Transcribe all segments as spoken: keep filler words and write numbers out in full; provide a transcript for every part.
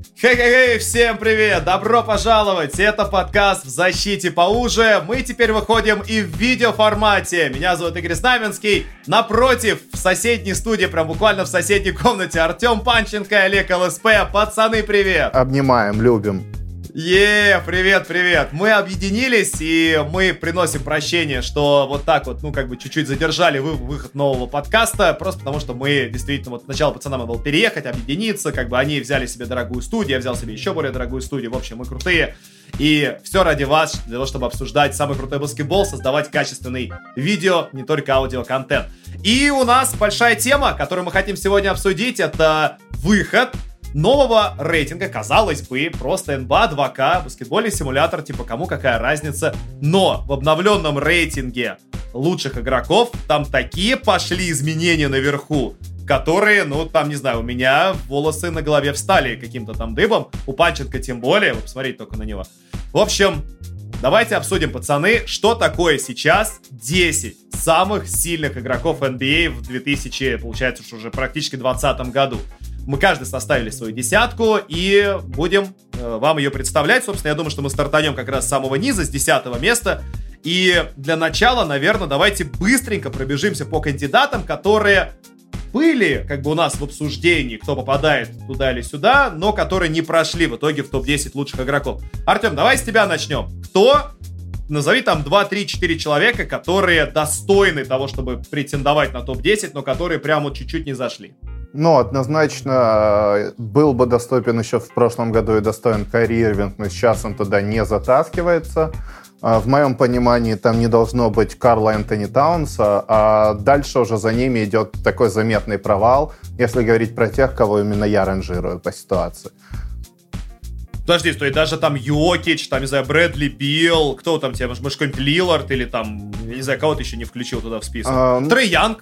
Хей-хей-хей, всем привет! Добро пожаловать! Это подкаст «В защите поуже». Мы теперь выходим и в видеоформате. Меня зовут Игорь Знаменский. Напротив, в соседней студии, прям буквально в соседней комнате, Артем Панченко и Олег ЛСП. Пацаны, привет! Обнимаем, любим. Е, привет, привет. Мы объединились, и мы приносим прощение, что вот так вот, ну, как бы чуть-чуть задержали вы, выход нового подкаста, просто потому что мы действительно, вот сначала пацанам надо было переехать, объединиться, как бы они взяли себе дорогую студию, я взял себе еще более дорогую студию, в общем, мы крутые, и все ради вас, для того, чтобы обсуждать самый крутой баскетбол, создавать качественный видео, не только аудиоконтент. И у нас большая тема, которую мы хотим сегодня обсудить, это выход нового рейтинга, казалось бы, просто эн би эй два ка, баскетбольный симулятор, типа кому какая разница. Но в обновленном рейтинге лучших игроков там такие пошли изменения наверху, которые, ну, там, не знаю, у меня волосы на голове встали каким-то там дыбом, у Панченко тем более, вы посмотрите только на него. В общем, давайте обсудим, пацаны, что такое сейчас десять самых сильных игроков эн би эй в две тысячи, получается, что уже практически двадцатом году. Мы каждый составили свою десятку и будем э, вам ее представлять. Собственно, я думаю, что мы стартанем как раз с самого низа, с десятого места. И для начала, наверное, давайте быстренько пробежимся по кандидатам, которые были как бы у нас в обсуждении, кто попадает туда или сюда, но которые не прошли в итоге в топ десять лучших игроков. Артем, давай с тебя начнем. Кто? Назови там два, три, четыре человека, которые достойны того, чтобы претендовать на топ десять, но которые прям вот чуть-чуть не зашли. Ну, однозначно, был бы доступен еще в прошлом году и достоин Кайри Ирвинг, но сейчас он туда не затаскивается. В моем понимании, там не должно быть Карла Энтони Таунса, а дальше уже за ними идет такой заметный провал, если говорить про тех, кого именно я ранжирую по ситуации. Подожди, стой, даже там Йокич, там, не знаю, Брэдли Билл, кто там тебе, может, какой-нибудь Лиллард или там, не знаю, кого ты еще не включил туда в список? А, Трей Янг?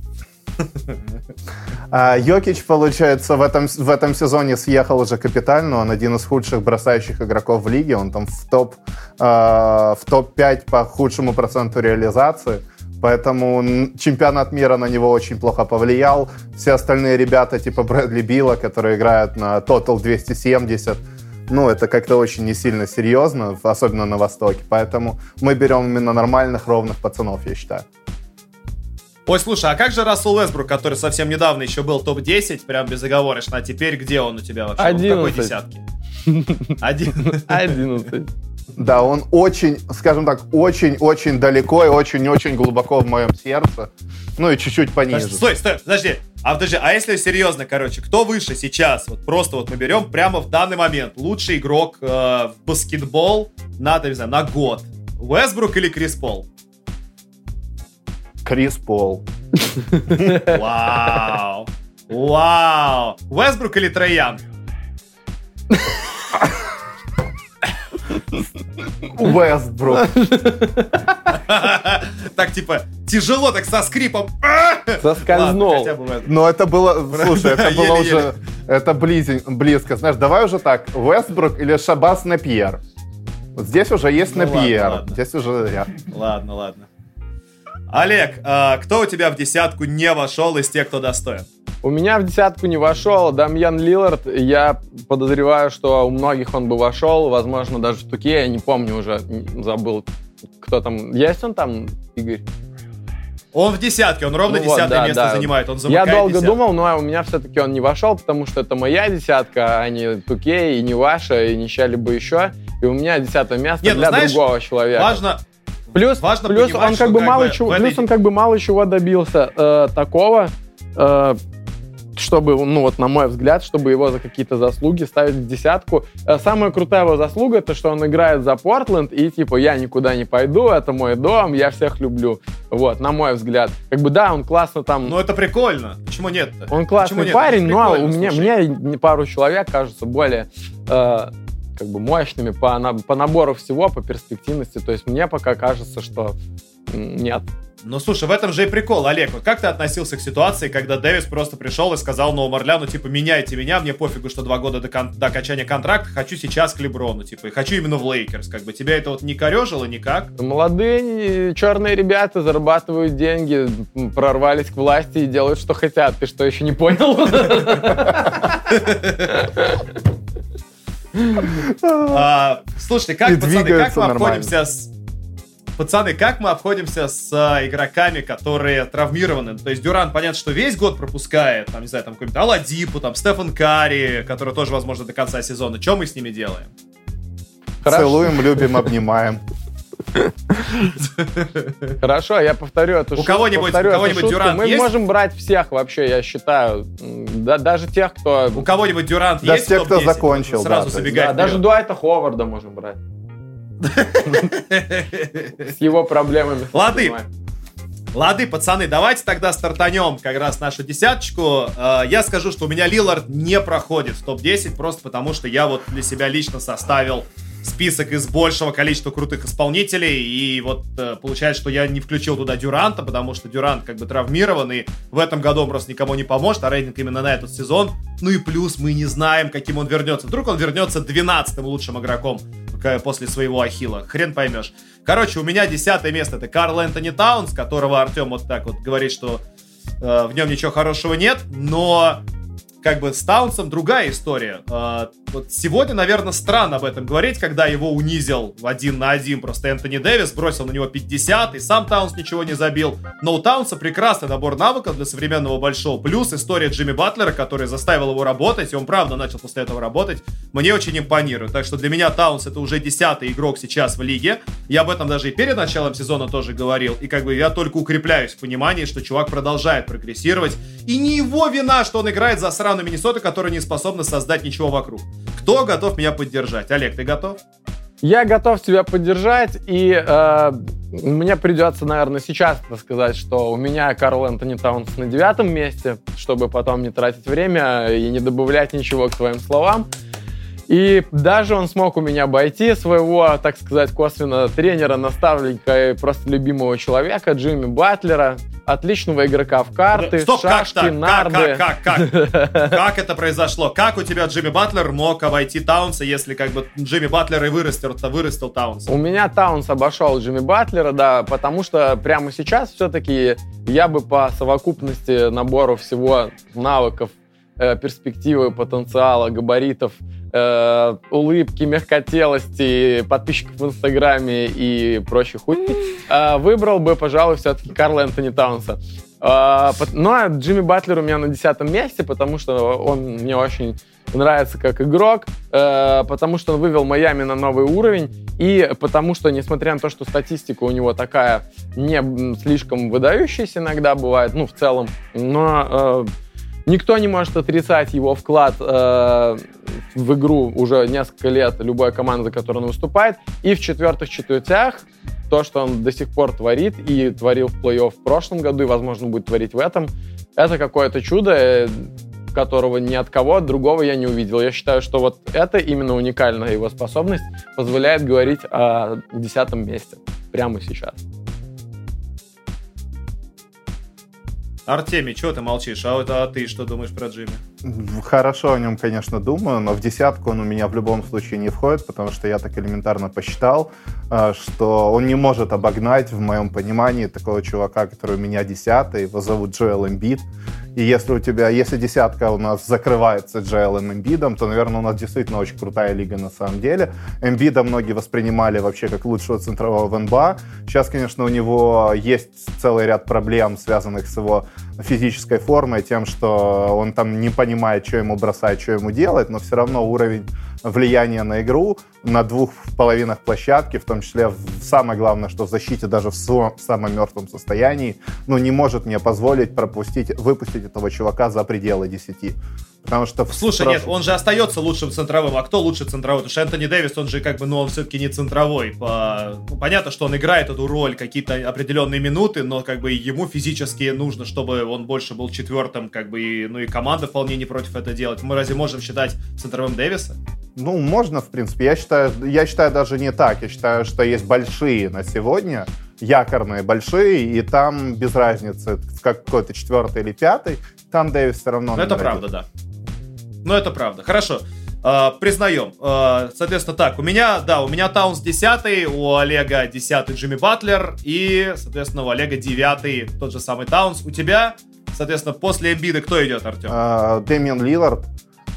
Йокич, получается, в этом, в этом сезоне съехал уже капитально. Он один из худших бросающих игроков в лиге. Он там в топ, э, в топ пять по худшему проценту реализации. Поэтому чемпионат мира на него очень плохо повлиял. Все остальные ребята, типа Брэдли Билла, которые играют на Total двести семьдесят, ну, это как-то очень не сильно серьезно, особенно на Востоке. Поэтому мы берем именно нормальных, ровных пацанов, я считаю. Ой, слушай, а как же Рассел Уэстбрук, который совсем недавно еще был топ десять, прям безоговорочно, а теперь где он у тебя вообще? одиннадцать. В какой десятке? одиннадцать. Да, он очень, скажем так, очень-очень далеко и очень-очень глубоко в моем сердце. Ну и чуть-чуть пониже. Стой, стой, подожди. А подожди, а если серьезно, короче, кто выше сейчас? Вот просто вот мы берем прямо в данный момент лучший игрок э, в баскетбол на, не знаю, на год. Уэстбрук или Крис Пол? Крис Пол. Вау. Вау. Уэстбрук или Трей Янг? Уэстбрук. Так, типа, тяжело, так со скрипом. Соскользнул. Но это было, слушай, это было уже, это близко. Знаешь, давай уже так, Уэстбрук или Шабас Напьер? Вот здесь уже есть Напьер. Здесь уже я. Ладно, ладно. Олег, а кто у тебя в десятку не вошел из тех, кто достоин? У меня в десятку не вошел Дамьян Лиллард. Я подозреваю, что у многих он бы вошел. Возможно, даже в Туке. Я не помню уже, забыл, кто там. Есть он там, Игорь? Он в десятке, он ровно ну десятое вот, да, место да. занимает. Он Я долго десятку. думал, но у меня все-таки он не вошел, потому что это моя десятка, а не Туке, и не ваша, и не чья-либо еще. И у меня десятое место Нет, для ну, знаешь, другого человека. Важно... Плюс, Важно плюс, понимать, он как бы как мало бы чего, этой... плюс он как бы мало чего добился э, такого, э, чтобы, ну вот на мой взгляд, чтобы его за какие-то заслуги ставить в десятку. Э, самая крутая его заслуга, это что он играет за Портленд и типа я никуда не пойду, это мой дом, я всех люблю. Вот, на мой взгляд. Как бы да, он классно там... Ну это прикольно. Почему нет-то? Он классный нет? парень, но у меня, мне пару человек кажется более... Э, как бы мощными по, на, по набору всего, по перспективности. То есть мне пока кажется, что нет. Ну, слушай, в этом же и прикол, Олег. Вот как ты относился к ситуации, когда Дэвис просто пришел и сказал Новому Орлеану, типа, меняйте меня, мне пофигу, что два года до, кон- до окончания контракта, хочу сейчас к Леброну, типа, и хочу именно в Лейкерс, как бы. Тебя это вот не корежило никак? Молодые черные ребята зарабатывают деньги, прорвались к власти и делают, что хотят. Ты что, еще не понял? А, слушайте, как, пацаны, как мы обходимся с... Пацаны, как мы обходимся с а, игроками, которые травмированы? То есть Дюрант, понятно, что весь год пропускает, там, не знаю, там какой-нибудь Аладипу, там, Стефан Карри, который тоже, возможно, до конца сезона. Что мы с ними делаем? Хорошо. Целуем, любим, обнимаем. Хорошо, я повторю эту шутку. У кого-нибудь, у кого-нибудь Дюрант Мы есть? можем брать всех вообще, я считаю. Да, даже тех, кто... У кого-нибудь Дюрант да, есть? тех, кто закончил. Сразу да, забегать. Да, даже Дуайта Ховарда можем брать. С его проблемами. Лады. Лады, пацаны, давайте тогда стартанем как раз нашу десяточку. Я скажу, что у меня Лиллард не проходит в топ десять, просто потому что я вот для себя лично составил список из большего количества крутых исполнителей, и вот э, получается, что я не включил туда Дюранта, потому что Дюрант как бы травмирован, и в этом году он просто никому не поможет, а рейтинг именно на этот сезон. Ну и плюс мы не знаем, каким он вернется. Вдруг он вернется двенадцатым лучшим игроком после своего ахилла. Хрен поймешь. Короче, у меня десятое место — это Карл Энтони Таунс, которого Артем вот так вот говорит, что э, в нем ничего хорошего нет, но... Как бы с Таунсом другая история. А, вот сегодня, наверное, странно об этом говорить, когда его унизил один на один просто Энтони Дэвис, бросил на него пятьдесят, и сам Таунс ничего не забил. Но у Таунса прекрасный набор навыков для современного большого. Плюс история Джимми Батлера, который заставил его работать, и он правда начал после этого работать, мне очень импонирует. Так что для меня Таунс — это уже десятый игрок сейчас в лиге. Я об этом даже и перед началом сезона тоже говорил. И как бы я только укрепляюсь в понимании, что чувак продолжает прогрессировать. И не его вина, что он играет за сраную Миннесоту, которая не способна создать ничего вокруг. Кто готов меня поддержать? Олег, ты готов? Я готов тебя поддержать, и э, мне придется, наверное, сейчас сказать, что у меня Карл Энтони Таунс на девятом месте, чтобы потом не тратить время и не добавлять ничего к твоим словам. И даже он смог у меня обойти своего, так сказать, косвенно тренера, наставника и просто любимого человека Джимми Батлера, отличного игрока в карты, Стоп, шашки, как так? нарды. Как, как, как, как? Как это произошло? Как у тебя Джимми Батлер мог обойти Таунса, если как бы Джимми Батлер и вырастил, вырастил Таунса? У меня Таунс обошел Джимми Батлера, да, потому что прямо сейчас все-таки я бы по совокупности набору всего навыков, э, перспективы, потенциала, габаритов, Э, улыбки, мягкотелости, подписчиков в Инстаграме и прочих хуй, э, выбрал бы, пожалуй, все-таки Карла Энтони Таунса. Э, но Джимми Батлер у меня на десятом месте, потому что он мне очень нравится как игрок, э, потому что он вывел Майами на новый уровень, и потому что, несмотря на то, что статистика у него такая не слишком выдающаяся иногда бывает, ну, в целом, но... Э, Никто не может отрицать его вклад э, в игру уже несколько лет любой команды, за которой он выступает. И в четвертых четвертях то, что он до сих пор творит и творил в плей-офф в прошлом году и, возможно, будет творить в этом, это какое-то чудо, которого ни от кого другого я не увидел. Я считаю, что вот это именно уникальная его способность позволяет говорить о десятом месте прямо сейчас. Артемий, чего ты молчишь? А, вот, а ты что думаешь про Джимми? Хорошо о нем, конечно, думаю, но в десятку он у меня в любом случае не входит, потому что я так элементарно посчитал, что он не может обогнать, в моем понимании, такого чувака, который у меня десятый, его зовут Джоэл Эмбид. И если у тебя, если десятка у нас закрывается Джоэлом Эмбидом, то, наверное, у нас действительно очень крутая лига на самом деле. Эмбида многие воспринимали вообще как лучшего центрового в эн би эй. Сейчас, конечно, у него есть целый ряд проблем, связанных с его физической формой, тем, что он там не понимает, что ему бросать, что ему делать, но все равно уровень влияния на игру на двух половинах площадки, в том числе в, самое главное, что в защите даже в, в самом мертвом состоянии, ну, не может мне позволить пропустить, выпустить этого чувака за пределы десяти. Потому что... Слушай, прошлом... нет, он же остается лучшим центровым. А кто лучше центровой? Потому что Энтони Дэвис, он же как бы, ну, он все-таки не центровой. По... Ну, понятно, что он играет эту роль какие-то определенные минуты, но как бы ему физически нужно, чтобы он больше был четвертым, как бы, и, ну, и команда вполне не против это делать. Мы разве можем считать центровым Дэвиса? Ну, можно, в принципе. Я считаю, я считаю даже не так. Я считаю, что есть большие на сегодня, якорные большие, и там без разницы, как какой-то четвертый или пятый, там Дэвис все равно... Ну, это правда, да. Ну, это правда. Хорошо. Uh, признаем. Uh, соответственно, так, у меня, да, у меня Таунс десятый, у Олега десятый Джимми Батлер, и, соответственно, у Олега девятый тот же самый Таунс. У тебя, соответственно, после Эмбида кто идет, Артем? Uh, Дэмиан Лиллард.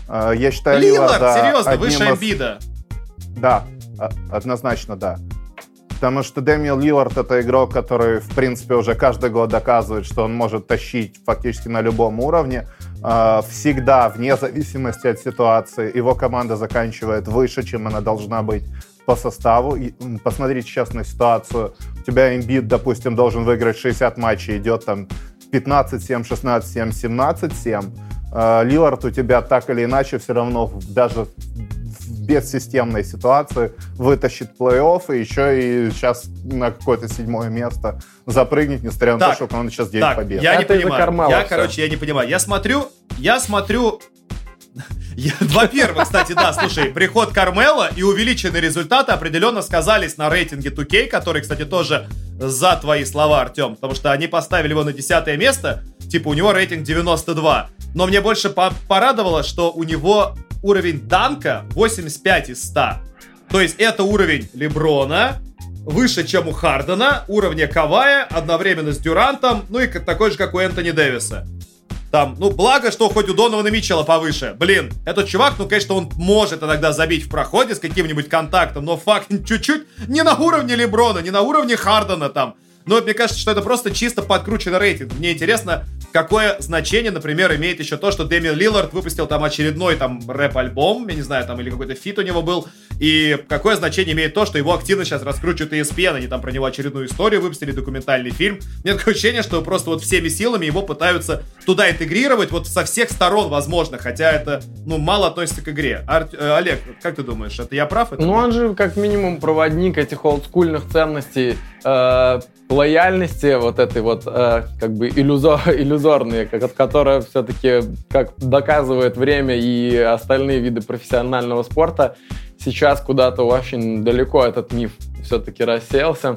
Я считаю Лиллард, Лилларда серьезно, одним выше из- Эмбида. Да, о- однозначно да. Потому что Дэмиан Лиллард — это игрок, который, в принципе, уже каждый год доказывает, что он может тащить фактически на любом уровне. Э, Всегда, вне зависимости от ситуации, его команда заканчивает выше, чем она должна быть по составу. И, м, посмотрите сейчас на ситуацию. У тебя Эмбид, допустим, должен выиграть шестьдесят матчей, идет там пятнадцать семь, шестнадцать семь, семнадцать семь. Э, Лиллард у тебя так или иначе все равно в- даже в бессистемной ситуации вытащит плей-офф и еще и сейчас на какое-то седьмое место запрыгнет, несмотря на Так, то, что он сейчас девять Так, побед. я не Это из-за понимаю. Кармела Я, всё. короче, я не понимаю. Я смотрю, я смотрю... Я- Во-первых, кстати, да, слушай, приход Кармела и увеличенные результаты определенно сказались на рейтинге ту кей, который, кстати, тоже за твои слова, Артем, потому что они поставили его на десятое место, типа у него рейтинг девяносто два. Но мне больше по- порадовало, что у него уровень данка восемьдесят пять из ста. То есть это уровень Леброна, выше, чем у Хардена, уровня Кавая, одновременно с Дюрантом, ну и как- такой же, как у Энтони Дэвиса. Там, ну, благо, что хоть у Донована Митчелла повыше. Блин, этот чувак, ну, конечно, он может иногда забить в проходе с каким-нибудь контактом, но факт чуть-чуть не на уровне Леброна, не на уровне Хардена там. Но мне кажется, что это просто чисто подкрученный рейтинг. Мне интересно, какое значение, например, имеет еще то, что Дэмиан Лиллард выпустил там очередной там рэп-альбом, я не знаю, там или какой-то фит у него был, и какое значение имеет то, что его активно сейчас раскручивают и эс пи эн, они там про него очередную историю выпустили, документальный фильм. Мне такое ощущение, что просто вот всеми силами его пытаются туда интегрировать вот со всех сторон, возможно, хотя это, ну, мало относится к игре. Ар- э, Олег, как ты думаешь, это я прав? Это Ну, нет? он же как минимум проводник этих олдскульных ценностей, э, лояльности вот этой вот э, как бы иллюзор, иллюзорные, как, которая все-таки, как доказывает время и остальные виды профессионального спорта, сейчас куда-то очень далеко этот миф все-таки рассеялся.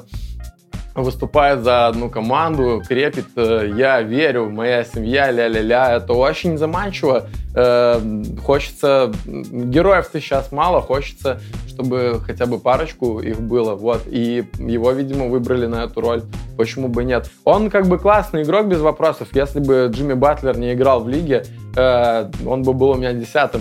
Выступает за одну команду, крепит э, «я верю, моя семья, ля-ля-ля». Это очень заманчиво. Э, хочется... Героев-то сейчас мало, хочется, чтобы хотя бы парочку их было. Вот. И его, видимо, выбрали на эту роль. Почему бы нет? Он как бы классный игрок, без вопросов. Если бы Джимми Батлер не играл в лиге, э, он бы был у меня десятым.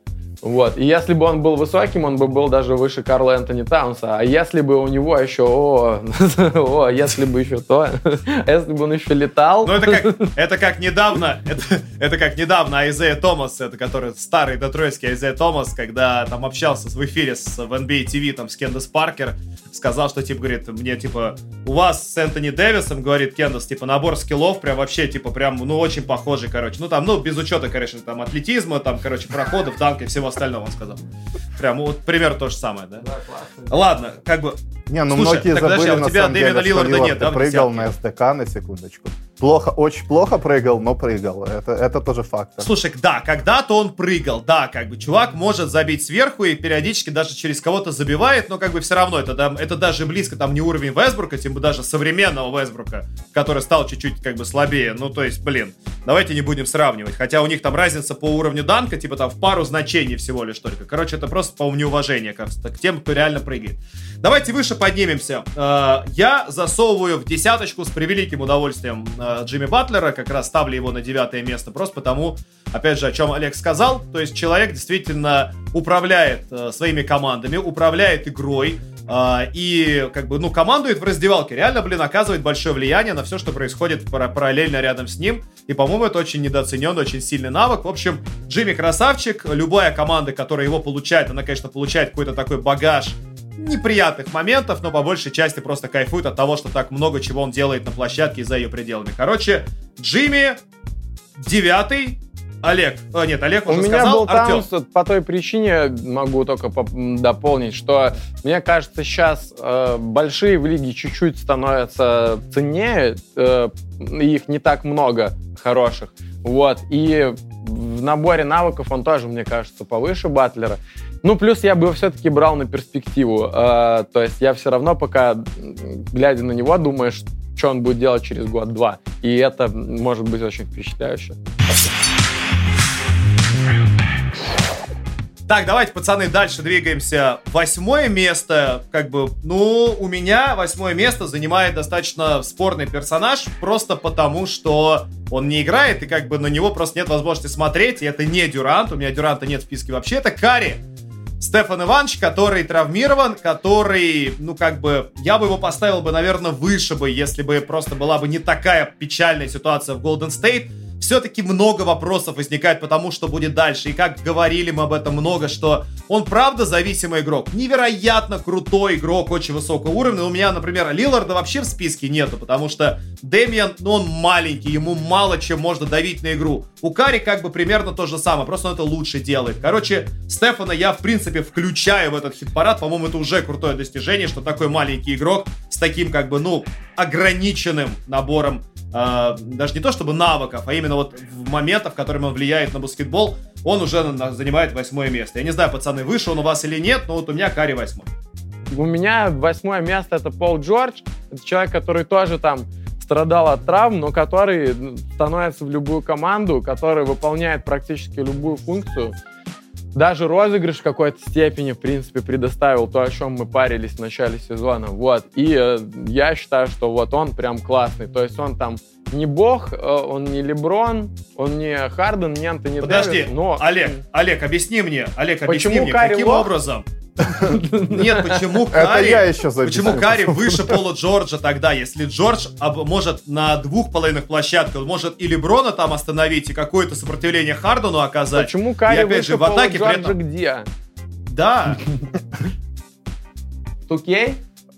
Вот. И если бы он был высоким, он бы был даже выше Карла Энтони Таунса. А если бы у него еще, о, о если бы еще то, а если бы он еще летал... Ну, это как, это как недавно, это, это как недавно Айзея Томас, это который старый детройтский Айзея Томас, когда там общался в эфире с, в эн би эй ти ви там, с Кендас Паркер, сказал, что, типа, говорит, мне, типа, у вас с Энтони Дэвисом, говорит Кендас, типа, набор скиллов прям вообще, типа, прям, ну, очень похожий, короче. Ну, там, ну, без учета, конечно, там, атлетизма, там, короче, проходов, данка и всего остального, он сказал. Прям, вот, пример то же самое, да? Да, классно. Ладно, как бы... Не, ну Слушай, многие так подожди, забыли, а у на тебя самом Дэмиана деле, что Лилларда Лиллард нет, да, в прыгал десятке? на эс ди кей, на секундочку. Плохо, очень плохо прыгал, но прыгал. Это, это тоже факт. Слушай, да, когда-то он прыгал, да, как бы чувак может забить сверху и периодически даже через кого-то забивает, но как бы все равно это, да, это даже близко там не уровень Вестбрука, тем более даже современного Вестбрука, который стал чуть-чуть как бы слабее. Ну, то есть, блин, давайте не будем сравнивать. Хотя у них там разница по уровню данка, типа там в пару значений всего лишь только. Короче, это просто, по-моему, неуважение как к тем, кто реально прыгает. Давайте выше поднимемся. Э, Я засовываю в десяточку с превеликим удовольствием э, Джимми Батлера, как раз ставлю его на девятое место, просто потому, опять же, о чем Олег сказал, то есть человек действительно управляет э, своими командами, управляет игрой, э, и как бы, ну, командует в раздевалке, реально, блин, оказывает большое влияние на все, что происходит пара- параллельно рядом с ним, и, по-моему, это очень недооцененный, очень сильный навык. В общем, Джимми красавчик, любая команда, которая его получает, она, конечно, получает какой-то такой багаж неприятных моментов, но по большей части просто кайфует от того, что так много чего он делает на площадке и за ее пределами. Короче, Джимми девятый, Олег, о, нет, Олег уже У меня сказал, был Артем. Таунс по той причине, могу только поп- дополнить, что мне кажется, сейчас э, большие в лиге чуть-чуть становятся ценнее, э, их не так много хороших, вот, и в наборе навыков он тоже, мне кажется, повыше Батлера. Ну, плюс я бы все-таки брал на перспективу, э, то есть я все равно пока, глядя на него, думаю, что он будет делать через год-два, и это может быть очень впечатляюще. Так, давайте, пацаны, дальше двигаемся. Восьмое место, как бы, ну, у меня восьмое место занимает достаточно спорный персонаж, просто потому, что он не играет, и как бы на него просто нет возможности смотреть, и это не Дюрант, у меня Дюранта нет в списке вообще, это Карри. Стефан Иванович, который травмирован, который, ну, как бы, я бы его поставил бы, наверное, выше бы, если бы просто была бы не такая печальная ситуация в Golden State. Все-таки много вопросов возникает по тому, что будет дальше. И как говорили мы об этом много, что он правда зависимый игрок. Невероятно крутой игрок, очень высокого уровня. У меня, например, Лилларда вообще в списке нету, потому что Дэмиан, ну, он маленький, ему мало чем можно давить на игру. У Карри как бы примерно то же самое, просто он это лучше делает. Короче, Стефана я, в принципе, включаю в этот хит-парад. По-моему, это уже крутое достижение, что такой маленький игрок с таким, как бы, ну, ограниченным набором Uh, даже не то чтобы навыков, а именно вот в моментах, в которыми он влияет на баскетбол, он уже на, занимает восьмое место. Я не знаю, пацаны, выше он у вас или нет, но вот у меня Карри восьмой. У меня восьмое место — это Пол Джордж. Это человек, который тоже там страдал от травм, но который становится в любую команду, который выполняет практически любую функцию. Даже розыгрыш в какой-то степени, в принципе, предоставил то, о чем мы парились в начале сезона. Вот. И э, я считаю, что вот он прям классный. То есть он там не бог, э, он не Леброн, он не Харден, не Антони Подожди, Дэвис, но... Олег, Олег, объясни мне, Олег, объясни Почему мне, Карри каким лох? образом... Нет, почему Это я Карри... еще записал. Почему Карри выше Пола Джорджа тогда, если Джордж об- может на двух половинах площадки, он может и Леброна там остановить, и какое-то сопротивление Хардену оказать. Почему Карри и, опять выше же, в Пола атаке при Джорджа этом... где? Да, Тукей?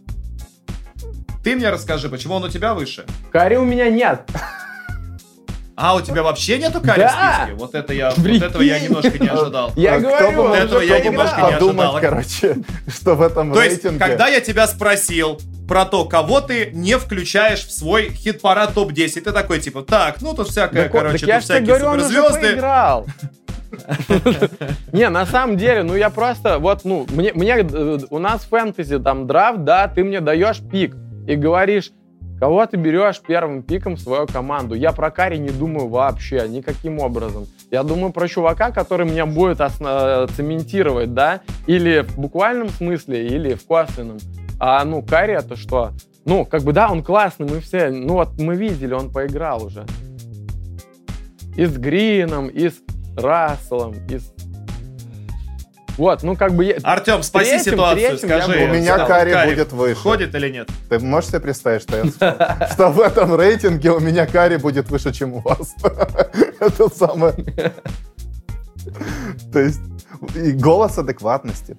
ты мне расскажи, почему он у тебя выше? Карри у меня нет. А, у тебя вообще нету Карри Да. в списке? Вот это я, вот Прикинь. этого я немножко не ожидал. Я А кто говорю, бы он мог этого же я проиграл. немножко не подумать, ожидал. короче, что в этом То есть, рейтинге... когда я тебя спросил про то, кого ты не включаешь в свой хит-парад топ десять, ты такой, типа, так, ну тут всякое, Так, короче, так я тут же тебе всякие говорю, он уже суперзвезды. поиграл. Не, на самом деле, ну я просто, вот, ну, мне, мне э, у нас фэнтези, там, драфт, да, ты мне даешь пик и говоришь, кого ты берешь первым пиком в свою команду. Я про Карри не думаю вообще, никаким образом. Я думаю про чувака, который меня будет осно- цементировать, да, или в буквальном смысле, или в косвенном. А, ну, Карри это что? Ну, как бы, да, он классный, мы все, ну, вот мы видели, он поиграл уже. И с Грином, и с Расселом, и с... Вот, ну, как бы... я- Артем, спаси Третьим, ситуацию, третьим я скажи. был. У меня да, Карри будет выше. Входит или нет? Ты можешь себе представить, что я сказал? Что в этом рейтинге у меня Карри будет выше, чем у вас. Это самое... То есть, и голос адекватности.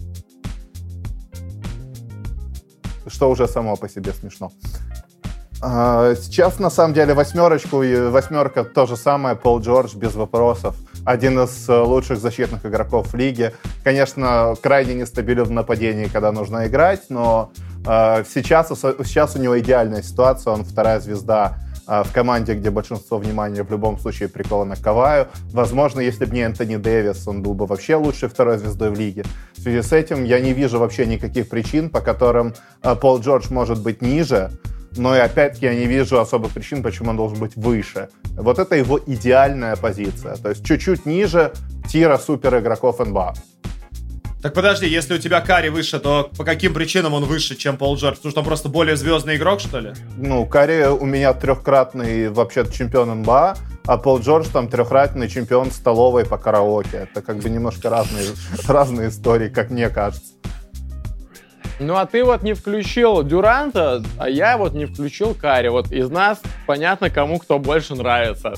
Что уже само по себе смешно. А, Сейчас, на самом деле, восьмерочку, и восьмерка то же самое, Пол Джордж, без вопросов. Один из э, лучших защитных игроков в лиге. Конечно, крайне нестабилен в нападении, когда нужно играть, но э, сейчас, сейчас у него идеальная ситуация. Он вторая звезда э, в команде, где большинство внимания в любом случае приковано к Каваю. Возможно, если бы не Энтони Дэвис, он был бы вообще лучшей второй звездой в лиге. В связи с этим я не вижу вообще никаких причин, по которым э, Пол Джордж может быть ниже. Но и опять-таки я не вижу особых причин, почему он должен быть выше. Вот это его идеальная позиция. То есть чуть-чуть ниже тира супер игроков эн би эй. Так подожди, если у тебя Карри выше, то по каким причинам он выше, чем Пол Джордж? Потому что он просто более звездный игрок, что ли? Ну, Карри у меня трехкратный вообще чемпион эн би эй, а Пол Джордж там трехкратный чемпион столовой по караоке. Это как бы немножко разные, разные истории, как мне кажется. Ну, а ты вот не включил Дюранта, а я вот не включил Карри. Вот из нас понятно, кому кто больше нравится.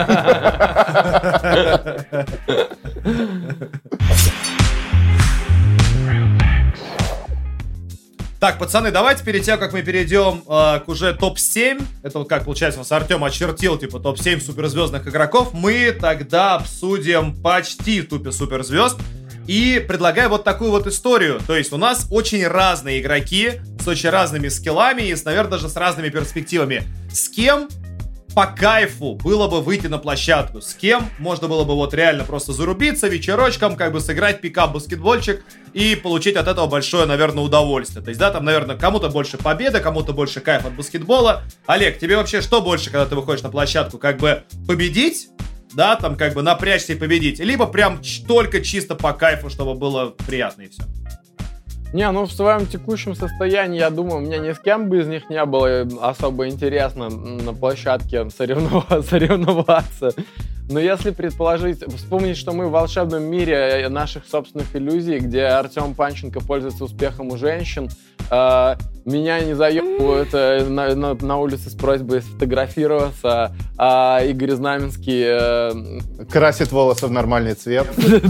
Так, пацаны, давайте перед тем, как мы перейдем э, к уже топ семь, это вот как получается, у нас Артем очертил, типа, топ семь суперзвездных игроков, мы тогда обсудим почти тупе суперзвезд. И предлагаю вот такую вот историю. То есть у нас очень разные игроки с очень разными скиллами и, наверное, даже с разными перспективами. С кем по кайфу было бы выйти на площадку? С кем можно было бы вот реально просто зарубиться вечерочком, как бы сыграть пикап-баскетбольчик и получить от этого большое, наверное, удовольствие. То есть, да, там, наверное, кому-то больше победа, кому-то больше кайф от баскетбола. Олег, тебе вообще что больше, когда ты выходишь на площадку? Как бы победить да, там как бы напрячься и победить, либо прям ч- только чисто по кайфу, чтобы было приятно и все. Не, ну в своем текущем состоянии, я думаю, мне ни с кем бы из них не было особо интересно на площадке соревнова- соревноваться. Но если предположить, вспомнить, что мы в волшебном мире наших собственных иллюзий, где Артем Панченко пользуется успехом у женщин, э, меня не заебывают э, на, на, на улице с просьбой сфотографироваться, а Игорь Знаменский... Э, красит волосы в нормальный цвет.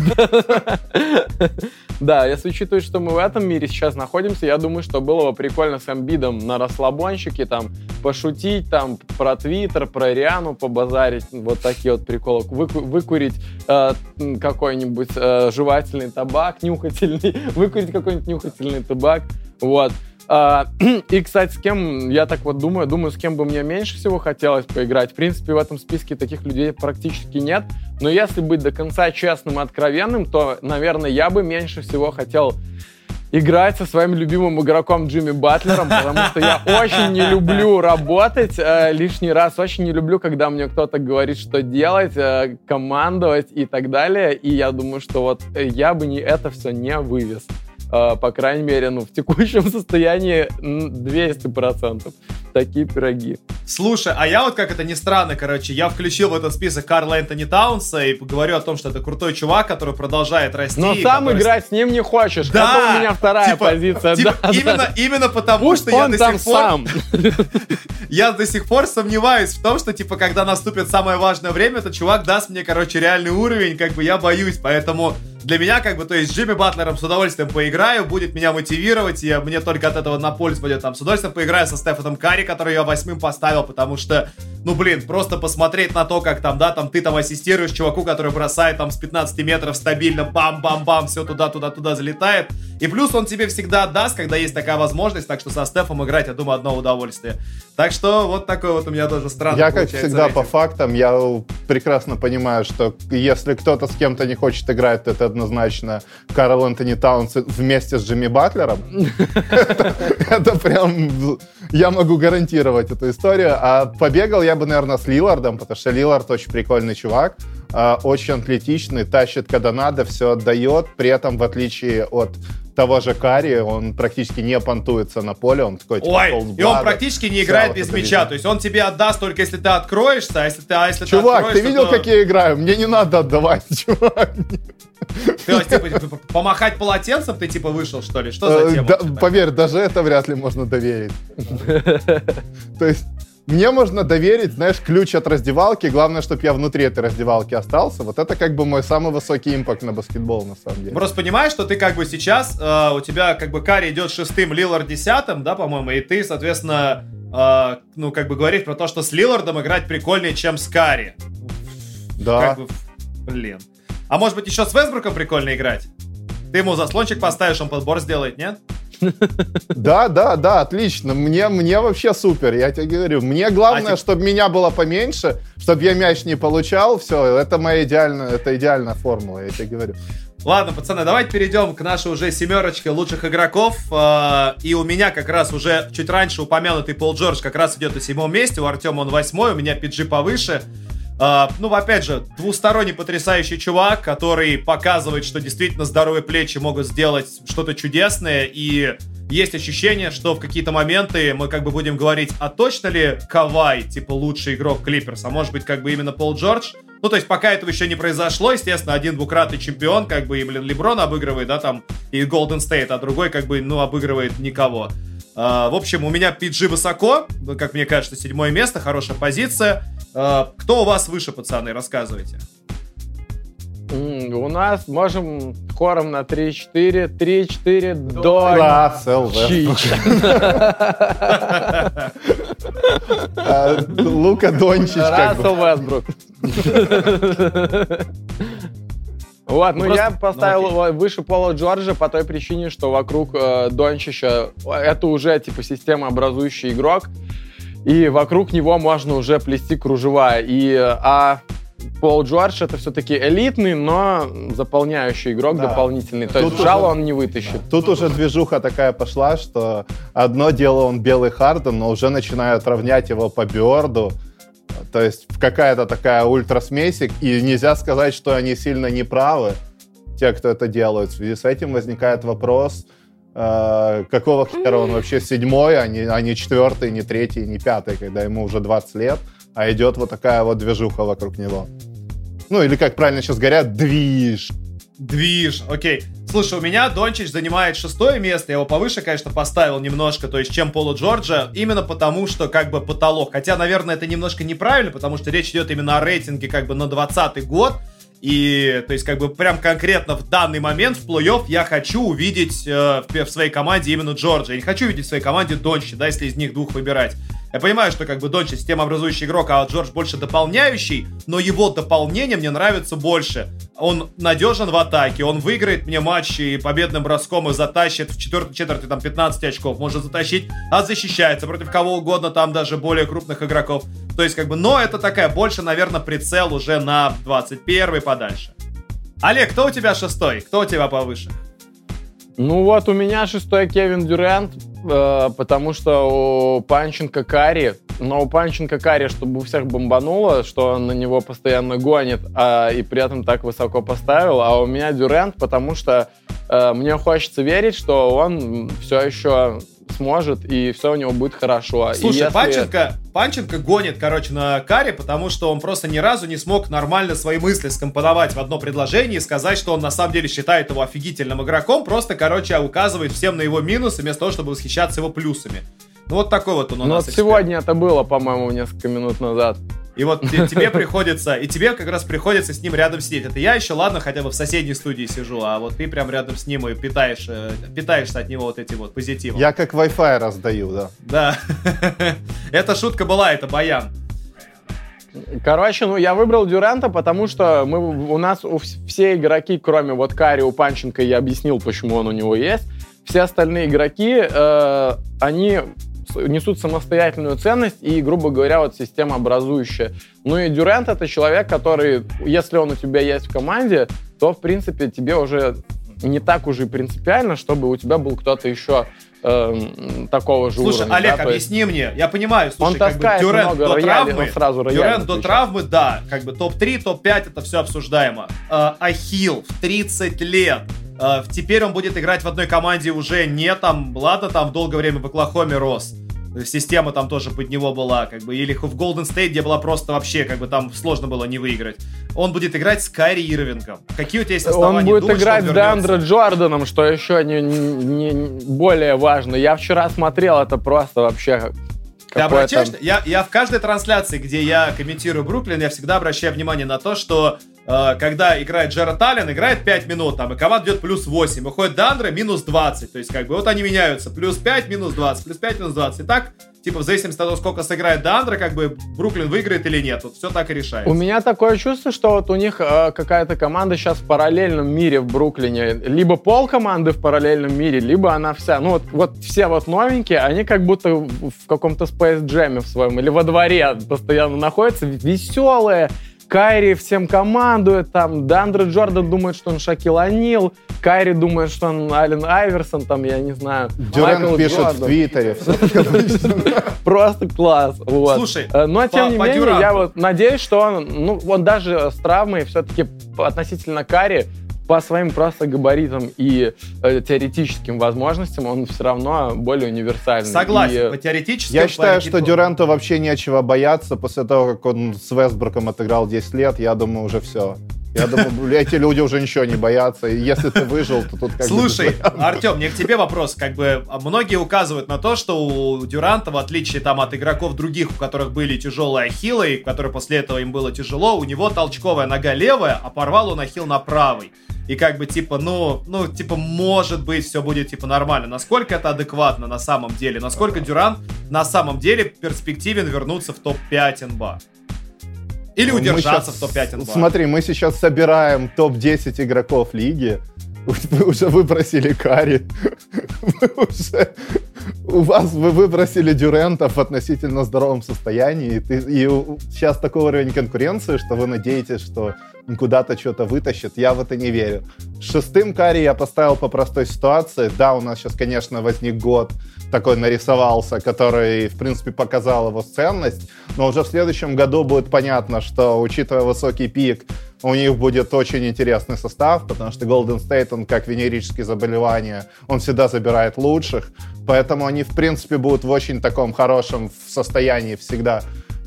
Да, если учитывать, что мы в этом мире сейчас находимся, я думаю, что было бы прикольно с Эмбидом на расслабончике там пошутить, там про Твиттер, про Риану побазарить, вот такие вот приколы, Выку- выкурить э, какой-нибудь э, жевательный табак, нюхательный, выкурить какой-нибудь нюхательный табак, вот. Uh, и, кстати, с кем, я так вот думаю, думаю, с кем бы мне меньше всего хотелось поиграть. В принципе, в этом списке таких людей практически нет. Но если быть до конца честным и откровенным, то, наверное, я бы меньше всего хотел играть со своим любимым игроком Джимми Батлером, потому что я очень не люблю работать э, лишний раз, очень не люблю, когда мне кто-то говорит, что делать, э, командовать и так далее. И я думаю, что вот э, я бы не, это все не вывез. Uh, по крайней мере, ну, в текущем состоянии двести процентов. Такие пироги. Слушай, а я вот, как это ни странно, короче, я включил в этот список Карла Энтони Таунса и говорю о том, что это крутой чувак, который продолжает расти. Но сам который... играть с ним не хочешь. Да! Это у меня вторая типа, позиция. Типа, да, именно, да. именно потому, Пусть что я он до там сих пор... сам. Я до сих пор сомневаюсь в том, что, типа, когда наступит самое важное время, этот чувак даст мне, короче, реальный уровень, как бы я боюсь, поэтому... Для меня, как бы, то есть, с Джимми Батлером с удовольствием поиграю, будет меня мотивировать, и мне только от этого на пользу будет, там, с удовольствием поиграю со Стефаном Карри, который я восьмым поставил, потому что, ну, блин, просто посмотреть на то, как там, да, там, ты там ассистируешь чуваку, который бросает, там, с пятнадцати метров стабильно, бам-бам-бам, все туда-туда-туда залетает, и плюс он тебе всегда отдаст, когда есть такая возможность, так что со Стефом играть, я думаю, одно удовольствие. Так что, вот такой вот у меня тоже странный Я, как всегда, рейтинг. по фактам, я прекрасно понимаю, что если кто-то с кем-то не хочет играть, то это однозначно Карл Энтони Таунс вместе с Джимми Батлером. Это прям... Я могу гарантировать эту историю. А побегал я бы, наверное, с Лиллардом, потому что Лиллард очень прикольный чувак, очень атлетичный, тащит, когда надо, все отдает. При этом, в отличие от того же Карри, он практически не понтуется на поле, он такой типа Ой, и он практически не играет без мяча, то есть он тебе отдаст только если ты откроешься, а если ты, а если чувак, ты ты видел, то... как я играю? Мне не надо отдавать, чувак. Ты, типа, помахать полотенцем ты, типа, вышел, что ли? Что за тема? Да, поверь, даже это вряд ли можно доверить. То есть мне можно доверить, знаешь, ключ от раздевалки. Главное, чтобы я внутри этой раздевалки остался. Вот это как бы мой самый высокий импакт на баскетбол, на самом деле. Просто понимаешь, что ты как бы сейчас, э, у тебя как бы Карри идет шестым, Лиллард десятым, да, по-моему, и ты, соответственно, э, ну, как бы говоришь про то, что с Лиллардом играть прикольнее, чем с Карри. Да. Как бы, блин. А может быть, еще с Вестбруком прикольно играть? Ты ему заслончик поставишь, он подбор сделает, нет? Да, да, да, отлично. Мне, мне вообще супер, я тебе говорю. Мне главное, а чтобы меня было поменьше, чтобы я мяч не получал. Все, это моя идеальная, это идеальная формула, я тебе говорю. Ладно, пацаны, давайте перейдем к нашей уже семерочке лучших игроков. И у меня как раз уже чуть раньше упомянутый Пол Джордж как раз идет на седьмом месте. У Артема он восьмой, у меня пи джи повыше. Uh, ну, опять же, двусторонний потрясающий чувак, который показывает, что действительно здоровые плечи могут сделать что-то чудесное, и есть ощущение, что в какие-то моменты мы как бы будем говорить, а точно ли Кавай, типа, лучший игрок Клиперс, а может быть, как бы именно Пол Джордж? Ну, то есть, пока этого еще не произошло, естественно, один двукратный чемпион, как бы, и, блин, Леброн обыгрывает, да, там, и Голден Стейт, а другой, как бы, ну, обыгрывает никого. Uh, в общем, у меня пи джи высоко, как мне кажется, седьмое место, хорошая позиция. Uh, кто у вас выше, пацаны, рассказывайте. Mm, у нас можем хором на три-четыре. три-четыре до... Рассел Лука Дончич. Рассел Вестбрук. Вот, ну, ну я поставил ну, его выше Пола Джорджа по той причине, что вокруг э, Дончича это уже типа системообразующий игрок, и вокруг него можно уже плести кружева. И, а Пол Джордж это все-таки элитный, но заполняющий игрок, да, дополнительный. То тут есть жало он не вытащит. Да. Тут уже движуха такая пошла, что одно дело он белый Харден, но уже начинают равнять его по Бёрду. То есть какая-то такая ультрасмесь, и нельзя сказать, что они сильно неправы, те, кто это делают. В связи с этим возникает вопрос, э, какого хера он вообще седьмой, а не, а не четвертый, не третий, не пятый, когда ему уже двадцать лет, а идет вот такая вот движуха вокруг него. Ну, или, как правильно сейчас говорят, движ. Движ, окей. Слушай, у меня Дончич занимает шестое место, я его повыше, конечно, поставил немножко, то есть, чем Полу Джорджа, именно потому, что, как бы, потолок. Хотя, наверное, это немножко неправильно, потому что речь идет именно о рейтинге, как бы, на двадцатый год. И, то есть, как бы, прям конкретно в данный момент в плей-офф я хочу увидеть э, в, в своей команде именно Джорджа. Я не хочу увидеть в своей команде Дончича, да, если из них двух выбирать. Я понимаю, что, как бы, Дончич системообразующий игрок, а Джордж больше дополняющий, но его дополнение мне нравится больше. Он надежен в атаке, он выиграет мне матчи и победным броском и затащит в четвертой четверти там пятнадцать очков, может затащить, а защищается против кого угодно, там даже более крупных игроков. То есть, как бы, но это такая больше, наверное, прицел уже на двадцать первый подальше. Олег, кто у тебя шестой? Кто у тебя повыше? Ну вот, у меня шестой Кевин Дюрант, э, потому что у Панченко карри, но у Панченко карри, чтобы у всех бомбануло, что он на него постоянно гонит, а, и при этом так высоко поставил, а у меня Дюрант, потому что э, мне хочется верить, что он все еще сможет, и все у него будет хорошо. Слушай, если... Панченко, Панченко гонит, короче, на карри, потому что он просто ни разу не смог нормально свои мысли скомпоновать в одно предложение и сказать, что он на самом деле считает его офигительным игроком, просто, короче, указывает всем на его минусы, вместо того, чтобы восхищаться его плюсами. Ну вот такой вот он у ну, нас. Вот сегодня это было, по-моему, несколько минут назад. И вот тебе приходится, и тебе как раз приходится с ним рядом сидеть. Это я еще, ладно, хотя бы в соседней студии сижу, а вот ты прям рядом с ним и питаешь, питаешься от него вот этим вот позитивом. Я как Wi-Fi раздаю, да. Да. Эта шутка была, это баян. Короче, ну я выбрал Дюранта, потому что мы, у нас у, все игроки, кроме вот Карри, у Панченко, я объяснил, почему он у него есть, все остальные игроки, э, они несут самостоятельную ценность и, грубо говоря, вот системообразующая. Ну и Дюрант — это человек, который, если он у тебя есть в команде, то, в принципе, тебе уже не так уже принципиально, чтобы у тебя был кто-то еще э, такого же слушай, уровня. Олег, да? объясни есть... мне, я понимаю, слушай, он как бы Дюрант до рояли, травмы, сразу Дюрант до травмы, да, как бы топ три, топ пять, это все обсуждаемо. Э, Ахилл в тридцать лет, э, теперь он будет играть в одной команде уже не там, ладно, там долгое время в Оклахоме рос. Система там тоже под него была, как бы, или в Golden State, где была просто вообще, как бы, там сложно было не выиграть. Он будет играть с Кайри Ирвингом. Какие у тебя есть основания Он будет думать, играть с Деандре Джорданом, что еще не, не, не более важно. Я вчера смотрел, это просто вообще... Ты обращаешь? Я, я в каждой трансляции, где я комментирую Бруклин, я всегда обращаю внимание на то, что э, когда играет Джеред Аллен, играет пять минут, там, и команда идет плюс восемь, выходит Деандре минус двадцать, то есть, как бы, вот они меняются, плюс пять, минус двадцать, плюс пять, минус двадцать, и так, типа, в зависимости от того, сколько сыграет Деандре, как бы, Бруклин выиграет или нет, вот все так и решается. У меня такое чувство, что вот у них э, какая-то команда сейчас в параллельном мире в Бруклине, либо пол команды в параллельном мире, либо она вся, ну, вот, вот все вот новенькие, они как будто в, в каком-то Space Jam в своем, или во дворе постоянно находятся, веселые, Кайри всем командует, там, Деандре Джордан думает, что он Шакил О'Нил, Кайри думает, что он Аллен Айверсон, там, я не знаю, Дюрант пишет Джордан в Твиттере. Просто класс. Вот. Слушай, но тем по, не по менее, Дюранту. я вот надеюсь, что он, ну, он даже с травмой все-таки относительно Карри по своим просто габаритам и э, теоретическим возможностям он все равно более универсальный. Согласен, и... по теоретически. Я считаю, что Дюранту вообще нечего бояться после того, как он с Вестбруком отыграл десять лет, я думаю, уже все. Я думаю, эти люди уже ничего не боятся. И если ты выжил, то тут как Слушай, бы... Слушай, Артем, мне к тебе вопрос. Как бы многие указывают на то, что у Дюранта, в отличие там от игроков других, у которых были тяжелые ахиллы, и которые после этого им было тяжело, у него толчковая нога левая, а порвал он ахилл на правый. И как бы типа, ну, ну, типа, может быть, все будет типа нормально. Насколько это адекватно на самом деле? Насколько Дюрант на самом деле перспективен вернуться в топ пять эн би эй? Или удержаться сейчас, в топ пять эн би эй? Смотри, мы сейчас собираем топ десять игроков лиги. Вы уже выбросили Карри. Вы уже... У вас вы выбросили Дюранта в относительно здоровом состоянии. И, ты, и сейчас такой уровень конкуренции, что вы надеетесь, что куда-то что-то вытащит. Я в это не верю. Шестым Карри я поставил по простой ситуации. Да, у нас сейчас, конечно, возник год такой нарисовался, который, в принципе, показал его ценность, но уже в следующем году будет понятно, что, учитывая высокий пик, у них будет очень интересный состав, потому что Golden State, он как венерические заболевания, он всегда забирает лучших, поэтому они, в принципе, будут в очень таком хорошем состоянии всегда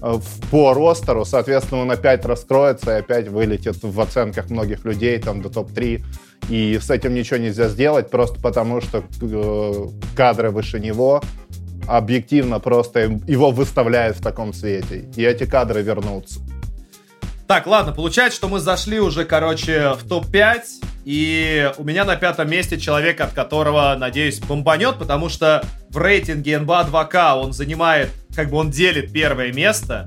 по ростеру, соответственно, он опять раскроется и опять вылетит в оценках многих людей там до топ три, и с этим ничего нельзя сделать, просто потому что э, кадры выше него объективно просто его выставляют в таком свете, и эти кадры вернутся. Так, ладно, получается, что мы зашли уже, короче, в топ пять, и у меня на пятом месте человек, от которого, надеюсь, бомбанет, потому что в рейтинге эн би эй два ка он занимает, как бы он делит первое место,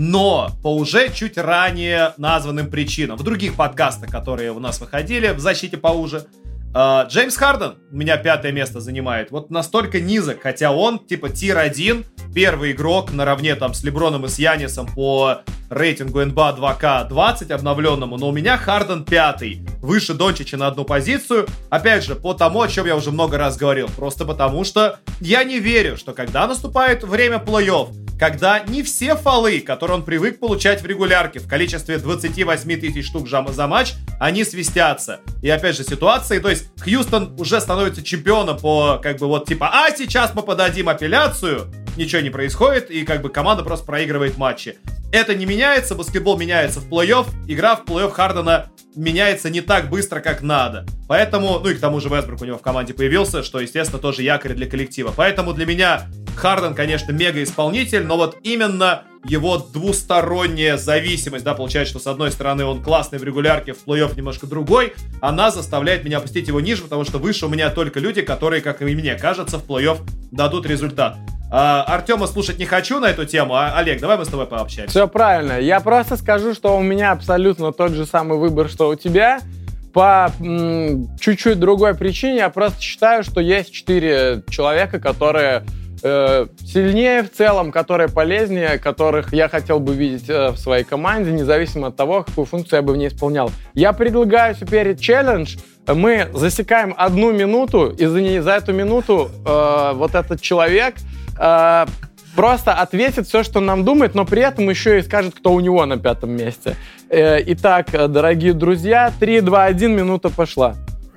но по уже чуть ранее названным причинам. В других подкастах, которые у нас выходили в защите поуже, Uh, Джеймс Харден у меня пятое место занимает. Вот настолько низок, хотя он типа тир один, первый игрок наравне там с Леброном и с Янисом по рейтингу эн би эй два ка двадцать обновленному, но у меня Харден пятый, выше Дончича на одну позицию. Опять же, по тому, о чем я уже много раз говорил, просто потому что я не верю, что когда наступает время плей-офф, когда не все фолы, которые он привык получать в регулярке в количестве двадцать восемь тысяч штук за матч, они свистятся. И опять же ситуации, то есть Хьюстон уже становится чемпионом по, как бы вот типа, а сейчас мы подадим апелляцию, ничего не происходит, и как бы команда просто проигрывает матчи. Это не меняется, баскетбол меняется в плей-офф, игра в плей-офф Хардена меняется не так быстро, как надо. Поэтому, ну и к тому же Вестбрук у него в команде появился, что, естественно, тоже якорь для коллектива. Поэтому для меня Харден, конечно, мега-исполнитель, но вот именно его двусторонняя зависимость, да, получается, что с одной стороны он классный в регулярке, в плей-офф немножко другой, она заставляет меня опустить его ниже, потому что выше у меня только люди, которые, как и мне кажется, в плей-офф дадут результат. А, Артема слушать не хочу на эту тему, а, Олег, давай мы с тобой пообщаемся. Все правильно, я просто скажу, что у меня абсолютно тот же самый выбор, что у тебя. По м- чуть-чуть другой причине я просто считаю, что есть четыре человека, которые э, сильнее в целом, которые полезнее, которых я хотел бы видеть э, в своей команде, независимо от того, какую функцию я бы в ней исполнял. Я предлагаю Superior Challenge. Мы засекаем одну минуту, и за, не, за эту минуту э, вот этот человек э, просто ответит все, что он нам думает, но при этом еще и скажет, кто у него на пятом месте. Э, итак, дорогие друзья, три, два, один, минута пошла.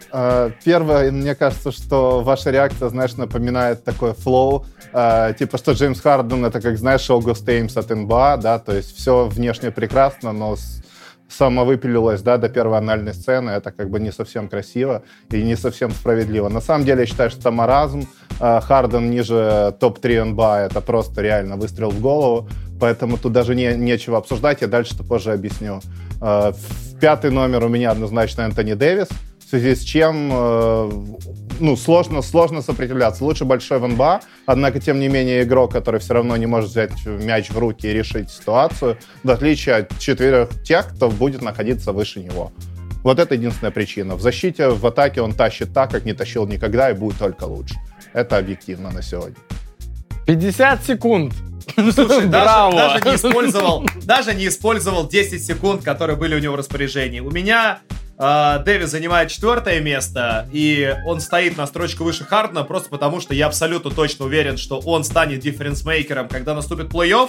Первое, мне кажется, что ваша реакция, знаешь, напоминает такой флоу, э, типа, что Джеймс Харден — это, как, знаешь, Аугуст Эймс от эн би эй, да, то есть все внешне прекрасно, но с, самовыпилилось, да, до первой анальной сцены, это как бы не совсем красиво и не совсем справедливо. На самом деле, я считаю, что это маразм. Э, Харден ниже топ три эн би эй — это просто реально выстрел в голову, поэтому тут даже не, нечего обсуждать, я дальше-то позже объясню. Э, пятый номер у меня однозначно Энтони Дэвис, в связи с чем э, ну, сложно, сложно сопротивляться. Лучше большой в эн би эй, однако, тем не менее, игрок, который все равно не может взять мяч в руки и решить ситуацию, в отличие от четверых тех, кто будет находиться выше него. Вот это единственная причина. В защите, в атаке он тащит так, как не тащил никогда, и будет только лучше. Это объективно на сегодня. пятьдесят секунд. Слушай, даже, даже, не использовал, даже не использовал десять секунд, которые были у него в распоряжении. У меня э, Дэвис занимает четвертое место, и он стоит на строчку выше Хардена, просто потому что я абсолютно точно уверен, что он станет дифференсмейкером, когда наступит плей-офф,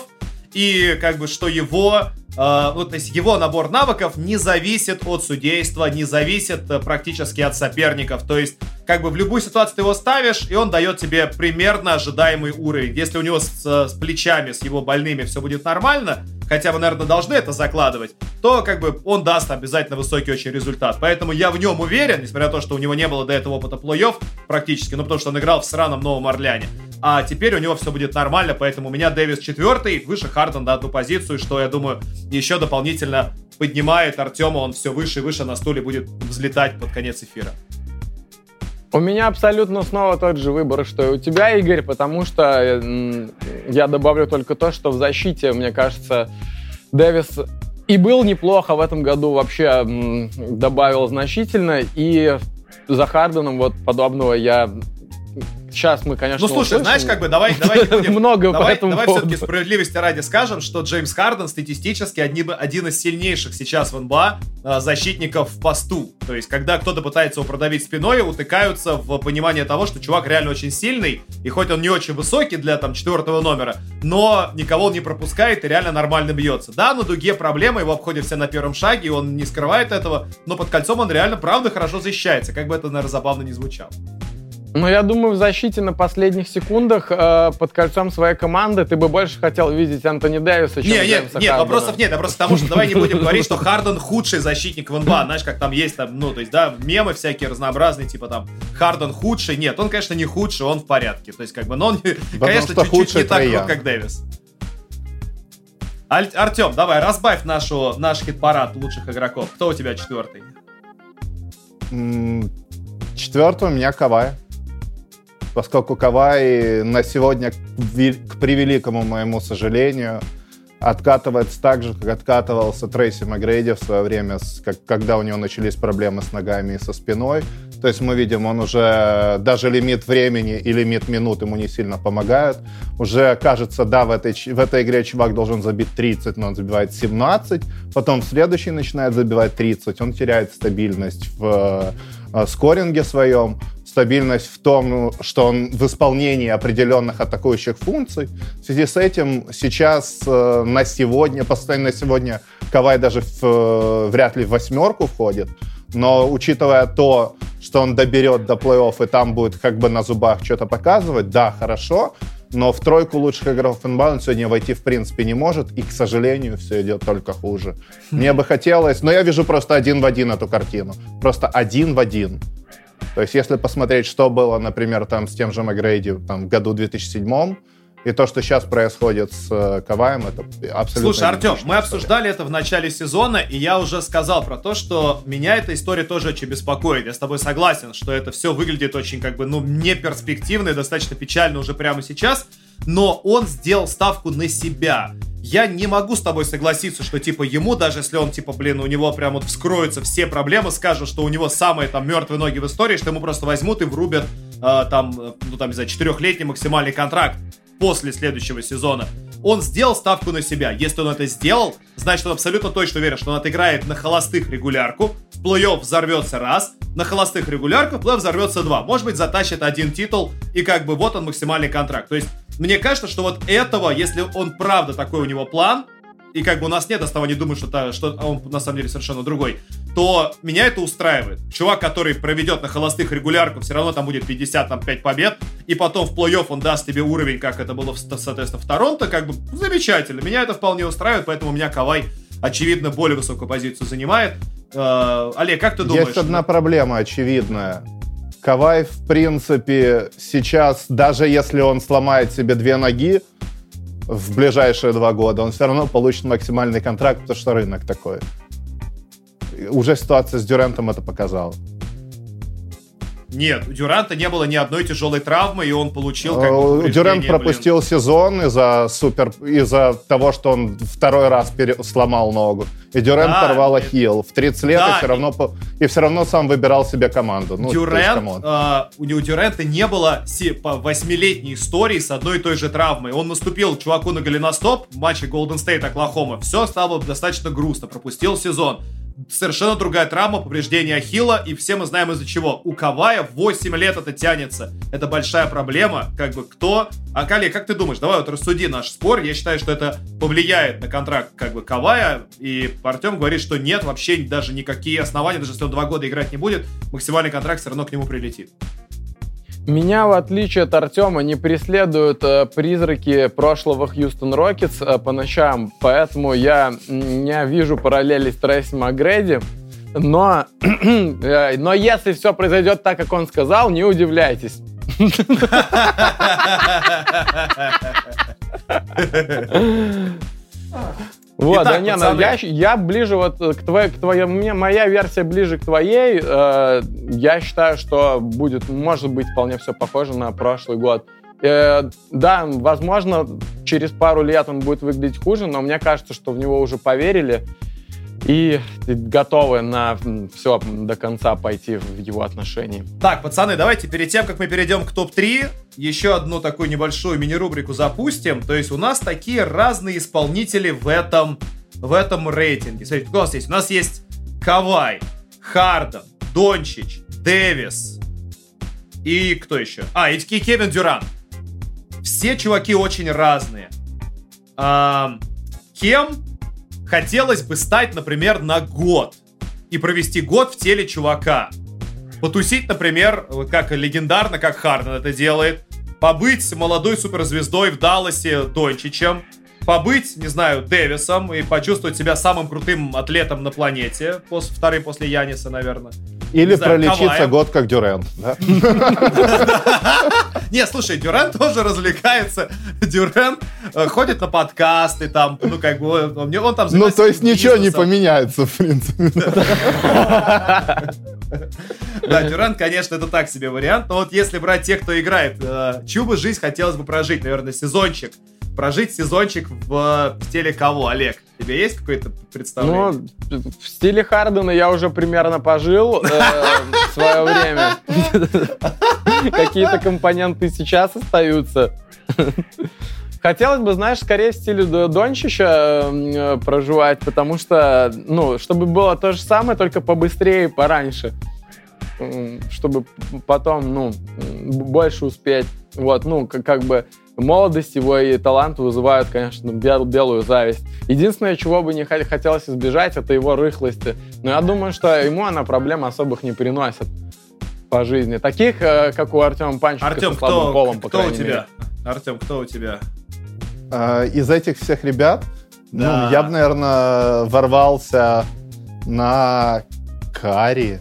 и как бы что его, э, ну, то есть его набор навыков не зависит от судейства, не зависит э, практически от соперников. То есть как бы в любую ситуацию ты его ставишь, и он дает тебе примерно ожидаемый уровень. Если у него с, с плечами, с его больными все будет нормально, хотя вы, наверное, должны это закладывать, то как бы он даст обязательно высокий очень результат. Поэтому я в нем уверен, несмотря на то, что у него не было до этого опыта плей-офф практически, ну потому что он играл в сраном Новом Орлеане. А теперь у него все будет нормально, поэтому у меня Дэвис четвертый, выше Харден на одну позицию, что, я думаю, еще дополнительно поднимает Артема, он все выше и выше на стуле будет взлетать под конец эфира. У меня абсолютно снова тот же выбор, что и у тебя, Игорь, потому что м- я добавлю только то, что в защите, мне кажется, Дэвис и был неплохо в этом году, вообще м- добавил значительно, и за Харденом вот подобного я сейчас мы, конечно, Ну, слушай, услышим. знаешь, как бы, давай, давай не будем... Много по давай, этому давай поводу. все-таки справедливости ради скажем, что Джеймс Харден статистически один, один из сильнейших сейчас в эн би эй а, защитников в посту. То есть, когда кто-то пытается его продавить спиной, утыкаются в понимание того, что чувак реально очень сильный, и хоть он не очень высокий для, там, четвертого номера, но никого он не пропускает и реально нормально бьется. Да, на дуге проблемы, его обходят все на первом шаге, и он не скрывает этого, но под кольцом он реально, правда, хорошо защищается, как бы это, наверное, забавно не звучало. Ну, я думаю, в защите на последних секундах э, под кольцом своей команды ты бы больше хотел видеть Антони Дэвиса, чем Не, Джеймса нет, нет, Хардена. вопросов нет, я просто потому что давай не будем говорить, что Харден худший защитник в эн би эй, знаешь, как там есть, там, ну, то есть, да, мемы всякие разнообразные, типа там, Харден худший, нет, он, конечно, не худший, он в порядке, то есть, как бы, но он, конечно, чуть-чуть не так крут, как Дэвис. Аль- Артем, давай, разбавь нашу, наш хит-парад лучших игроков, кто у тебя четвертый? М, Четвертый у меня Кавай. Поскольку Кавай на сегодня, к ви- к превеликому моему сожалению, откатывается так же, как откатывался Трейси Макгрейди в свое время, с- как- когда у него начались проблемы с ногами и со спиной. То есть мы видим, он уже даже лимит времени и лимит минут ему не сильно помогают. Уже кажется, да, в этой, ч- в этой игре чувак должен забить тридцать, но он забивает семнадцать. Потом в следующий начинает забивать тридцать. Он теряет стабильность в э, скоринге своем, стабильность в том, что он в исполнении определенных атакующих функций. В связи с этим сейчас э, на сегодня, постоянно на сегодня Кавай даже в, э, вряд ли в восьмерку входит. Но учитывая то, что он доберет до плей-офф и там будет как бы на зубах что-то показывать, да, хорошо, но в тройку лучших игроков эн би эй он сегодня войти в принципе не может, и, к сожалению, все идет только хуже. Мне бы хотелось, но я вижу просто один в один эту картину. Просто один в один. То есть если посмотреть, что было, например, там с тем же Макгрейди там, в году две тысячи седьмом, и то, что сейчас происходит с э, Каваем, это абсолютно... Слушай, Артем, идентичная мы история. обсуждали это в начале сезона, и я уже сказал про то, что меня эта история тоже очень беспокоит. Я с тобой согласен, что это все выглядит очень, как бы, ну, неперспективно и достаточно печально уже прямо сейчас, но он сделал ставку на себя. Я не могу с тобой согласиться, что, типа, ему, даже если он, типа, блин, у него прям вот вскроются все проблемы, скажут, что у него самые, там, мертвые ноги в истории, что ему просто возьмут и врубят, э, там, ну, там, не знаю, четырехлетний максимальный контракт после следующего сезона. Он сделал ставку на себя. Если он это сделал, значит, он абсолютно точно уверен, что он отыграет на холостых регулярку, в плей-офф взорвется раз, на холостых регулярку, в плей-офф взорвется два. Может быть, затащит один титул, и как бы вот он максимальный контракт. То есть, мне кажется, что вот этого, если он правда такой у него план, и как бы у нас нет оснований думать, что, та, что он на самом деле совершенно другой, то меня это устраивает. Чувак, который проведет на холостых регулярку, все равно там будет пятьдесят пять побед, и потом в плей-офф он даст тебе уровень, как это было, в, соответственно, в Торонто, как бы замечательно. Меня это вполне устраивает, поэтому у меня Кавай, очевидно, более высокую позицию занимает. Э, Олег, как ты думаешь? Есть одна проблема очевидная. Кавай, в принципе, сейчас, даже если он сломает себе две ноги в ближайшие два года, он все равно получит максимальный контракт, потому что рынок такой. Уже ситуация с Дюрантом это показала. Нет, у Дюранта не было ни одной тяжелой травмы, и он получил как бы Э, повреждение, Дюрант блин. пропустил сезон из-за супер, из-за того, что он второй раз пере- сломал ногу. И Дюрант Да, порвал это- ахилл в тридцать лет, Да, и все равно по- и все равно сам выбирал себе команду. Ну, то есть, Дюрант, камон. э, у него Дюранта не было си- по восьмилетней истории с одной и той же травмой. Он наступил чуваку на голеностоп в матче Golden State Оклахома. Все стало достаточно грустно. Пропустил сезон. Совершенно другая травма, повреждение ахилла, и все мы знаем из-за чего. У Кавая восемь лет это тянется. Это большая проблема. Как бы кто... А, Кали, как ты думаешь? Давай вот рассуди наш спор. Я считаю, что это повлияет на контракт как бы Кавая. И Артем говорит, что нет, вообще даже никакие основания, даже если он два года играть не будет, максимальный контракт все равно к нему прилетит. Меня, в отличие от Артема, не преследуют э, призраки прошлого Хьюстон Рокетс э, по ночам, поэтому я не вижу параллели с Трейси Макгрейди. Но, э, но если все произойдет так, как он сказал, не удивляйтесь. Вот, Итак, да не, пацаны. я, я ближе вот к твоей, к твоей, мне- моя версия ближе к твоей. Э, я считаю, что будет, может быть, вполне все похоже на прошлый год. Э, да, возможно, через пару лет он будет выглядеть хуже, но мне кажется, что в него уже поверили. и готовы на все до конца пойти в его отношении. Так, пацаны, давайте перед тем, как мы перейдем к топ три, еще одну такую небольшую мини-рубрику запустим. То есть у нас такие разные исполнители в этом, в этом рейтинге. Смотрите, кто у нас есть? У нас есть Кавай, Харден, Дончич, Дэвис и кто еще? А, и Кевин Дюрант. Все чуваки очень разные. А, кем хотелось бы стать, например, на год и провести год в теле чувака? Потусить, например, как легендарно, как Харден это делает. Побыть молодой суперзвездой в Далласе Дончичем. Побыть, не знаю, Дэвисом и почувствовать себя самым крутым атлетом на планете. Пос, вторым после Яниса, наверное. Или знаю, пролечиться Каваем. Год, как Дюрант, да? Не, слушай, Дюрант тоже развлекается. Дюрант ходит на подкасты, там, ну, как бы, он там... Ну, то есть ничего не поменяется, в принципе. Да, Дюрант, конечно, это так себе вариант. Но вот если брать тех, кто играет, чью бы жизнь хотелось бы прожить, наверное, сезончик. Прожить сезончик в, в стиле кого, Олег? У тебя есть какое-то представление? Ну, в стиле Хардена я уже примерно пожил э, в свое время. Какие-то компоненты сейчас остаются. Хотелось бы, знаешь, скорее в стиле Дончича э, проживать, потому что, ну, чтобы было то же самое, только побыстрее и пораньше. Чтобы потом, ну, больше успеть. Вот, ну, как, как бы молодость его и талант вызывают, конечно, бел, белую зависть. Единственное, чего бы не хотелось избежать, это его рыхлости. Но я думаю, что ему она проблем особых не приносит по жизни. Таких, как у Артема Панченко, Артем, со слабым кто, полом, по кто крайней у тебя? мере. Артем, кто у тебя? А, из этих всех ребят, да. ну, я бы, наверное, ворвался на Кари.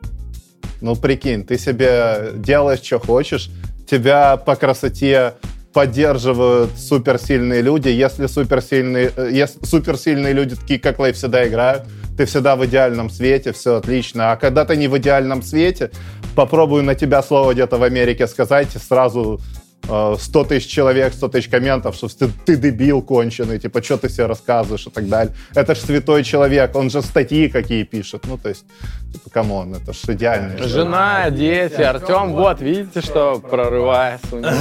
Ну, прикинь, ты себе делаешь, что хочешь, тебя по красоте поддерживают суперсильные люди. Если суперсильные, если суперсильные люди такие, как Лейв, всегда играют, ты всегда в идеальном свете, все отлично. А когда ты не в идеальном свете, попробую на тебя слово где-то в Америке сказать, и сразу э, сто тысяч человек, сто тысяч комментов, что ты, ты дебил конченый, типа, что ты себе рассказываешь и так далее. Это ж святой человек, он же статьи какие пишет. Ну, то есть, типа, камон, это ж идеально. Жена, дети, Артем, вот, видите, что прорывается у него.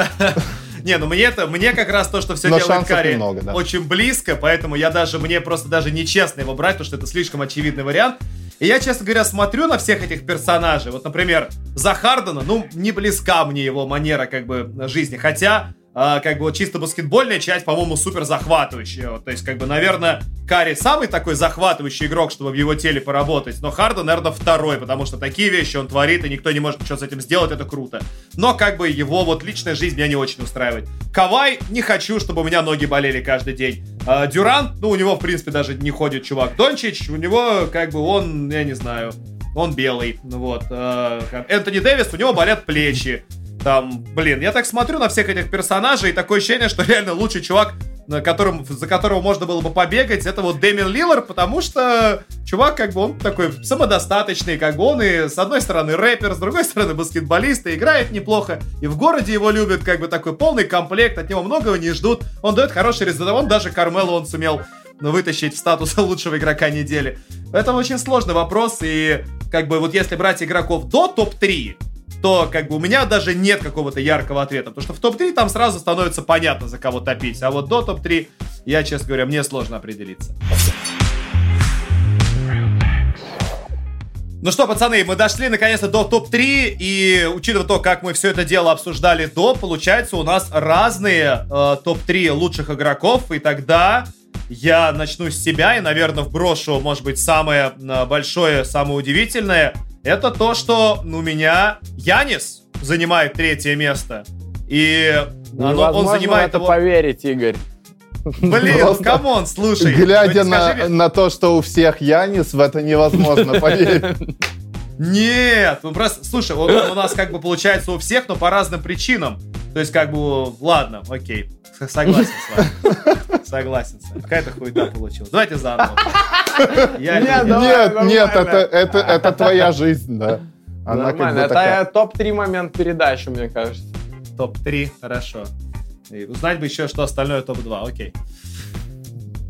Не, ну мне это, мне как раз то, что все Но делает Кари, немного, да. очень близко, поэтому я даже, мне просто даже нечестно его брать, потому что это слишком очевидный вариант. И я, честно говоря, смотрю на всех этих персонажей. Вот, например, за Хардена, ну, не близка мне его манера, как бы, жизни, хотя... А, как бы вот чисто баскетбольная часть, по-моему, супер захватывающая. Вот, то есть, как бы, наверное, Кари самый такой захватывающий игрок, чтобы в его теле поработать. Но Харден, наверное, второй, потому что такие вещи он творит, и никто не может ничего с этим сделать, это круто. Но, как бы, его вот личная жизнь меня не очень устраивает. Кавай, не хочу, чтобы у меня ноги болели каждый день. А, Дюрант, ну, у него, в принципе, даже не ходит чувак. Дончич, у него, как бы, он, я не знаю, он белый. Вот. А, Энтони Дэвис, у него болят плечи. Там, блин, я так смотрю на всех этих персонажей, и такое ощущение, что реально лучший чувак, на котором, за которого можно было бы побегать, это вот Дэмиан Лиллард, потому что чувак, как бы, он такой самодостаточный, как бы, он и с одной стороны рэпер, с другой стороны баскетболист, и играет неплохо, и в городе его любят, как бы, такой полный комплект, от него многого не ждут, он дает хороший результат, он даже Кармело он сумел вытащить в статус лучшего игрока недели. Это очень сложный вопрос, и, как бы, вот если брать игроков до топ три, то, как бы, у меня даже нет какого-то яркого ответа. Потому что в топ три там сразу становится понятно, за кого топить. А вот до топ три, я, честно говоря, мне сложно определиться. Ну что, пацаны, мы дошли наконец-то до топ три. И, учитывая то, как мы все это дело обсуждали до, получается, у нас разные э, топ три лучших игроков. И тогда я начну с себя и, наверное, вброшу, может быть, самое большое, самое удивительное. Это то, что у меня Янис занимает третье место. И оно, он занимает это его... поверить, Игорь. Блин, камон, слушай. Глядя на, на то, что у всех Янис, в это невозможно поверить. Нет, ну просто, слушай, он, он у нас как бы получается у всех, но по разным причинам. То есть, как бы, ладно, окей. Согласен с вами. Согласен с вами. Какая-то хуйта получилась. Давайте заново. Я нет, не... нет, нет, это, это, это твоя жизнь, да. Она нормально, как бы это такая... топ три момент передачи, мне кажется. топ три, хорошо. И узнать бы еще, что остальное топ два, окей.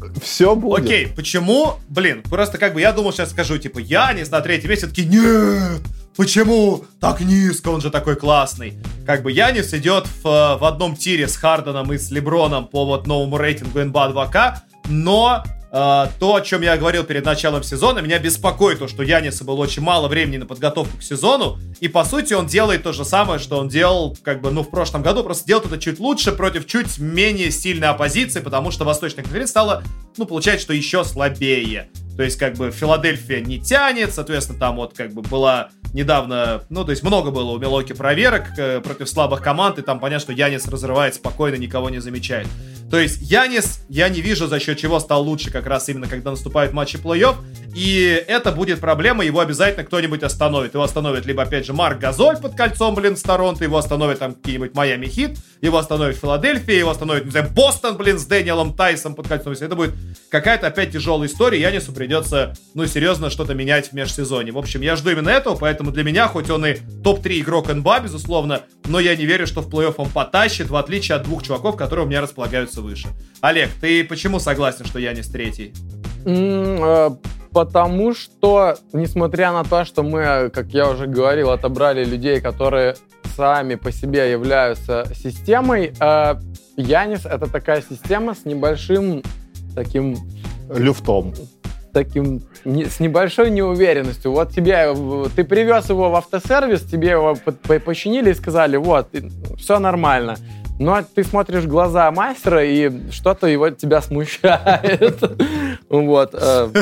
Все будет. Окей, почему? Блин, просто как бы я думал, сейчас скажу, типа, Янис на третьем месте, такие, нет, почему так низко, он же такой классный. Как бы Янис идет в, в одном тире с Харденом и с Леброном по вот новому рейтингу эн би эй два ка, но э, то, о чем я говорил перед началом сезона, меня беспокоит то, что Яниса было очень мало времени на подготовку к сезону, и по сути он делает то же самое, что он делал, как бы, ну, в прошлом году, просто делает это чуть лучше против чуть менее сильной оппозиции, потому что Восточная конференция стала, ну, получается, что еще слабее. То есть, как бы, Филадельфия не тянет, соответственно, там вот, как бы, была недавно, ну, то есть, много было у Милоки проверок э, против слабых команд, и там понятно, что Янис разрывает спокойно, никого не замечает. То есть, Янис, я не вижу, за счет чего стал лучше как раз именно, когда наступают матчи плей-офф, и это будет проблема, его обязательно кто-нибудь остановит. Его остановит либо, опять же, Марк Газоль под кольцом, блин, с Торонто, его остановит там какие-нибудь Майами Хит, его остановит Филадельфия, его остановит, не знаю, Бостон, блин, с Дэниелом Тайсом под кольцом. Это будет какая-то опять тяжелая история, Янису придется, ну, серьезно что-то менять в межсезонье. В общем, я жду именно этого, поэтому для меня, хоть он и топ три игрок эн би эй, безусловно, но я не верю, что в плей-офф он потащит, в отличие от двух чуваков, которые у меня располагаются выше. Олег, ты почему согласен, что Янис третий? Mm, э, потому что, несмотря на то, что мы, как я уже говорил, отобрали людей, которые сами по себе являются системой, э, Янис — это такая система с небольшим таким... люфтом. Таким, не, с небольшой неуверенностью. Вот тебе, ты привез его в автосервис, тебе его починили и сказали, вот, все нормально. Но ты смотришь в глаза мастера, и что-то его тебя смущает. Вот.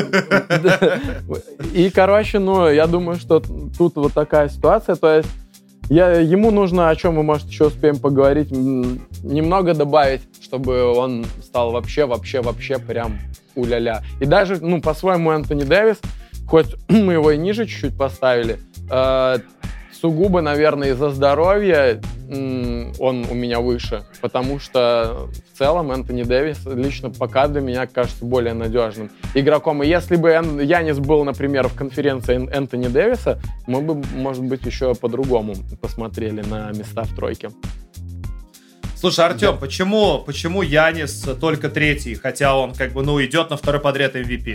И, короче, ну, я думаю, что тут вот такая ситуация. То есть я, ему нужно, о чем мы, может, еще успеем поговорить, немного добавить, чтобы он стал вообще, вообще, вообще прям у-ля-ля. И даже, ну, по-своему, Энтони Дэвис, хоть мы его и ниже чуть-чуть поставили, э, сугубо, наверное, из-за здоровья м- он у меня выше, потому что в целом Энтони Дэвис лично пока для меня кажется более надежным игроком. И если бы Эн- Янис был, например, в конференции Эн- Энтони Дэвиса, мы бы, может быть, еще по-другому посмотрели на места в тройке. Слушай, Артем, да. почему, почему Янис только третий, хотя он как бы, ну, идет на второй подряд эм ви пи?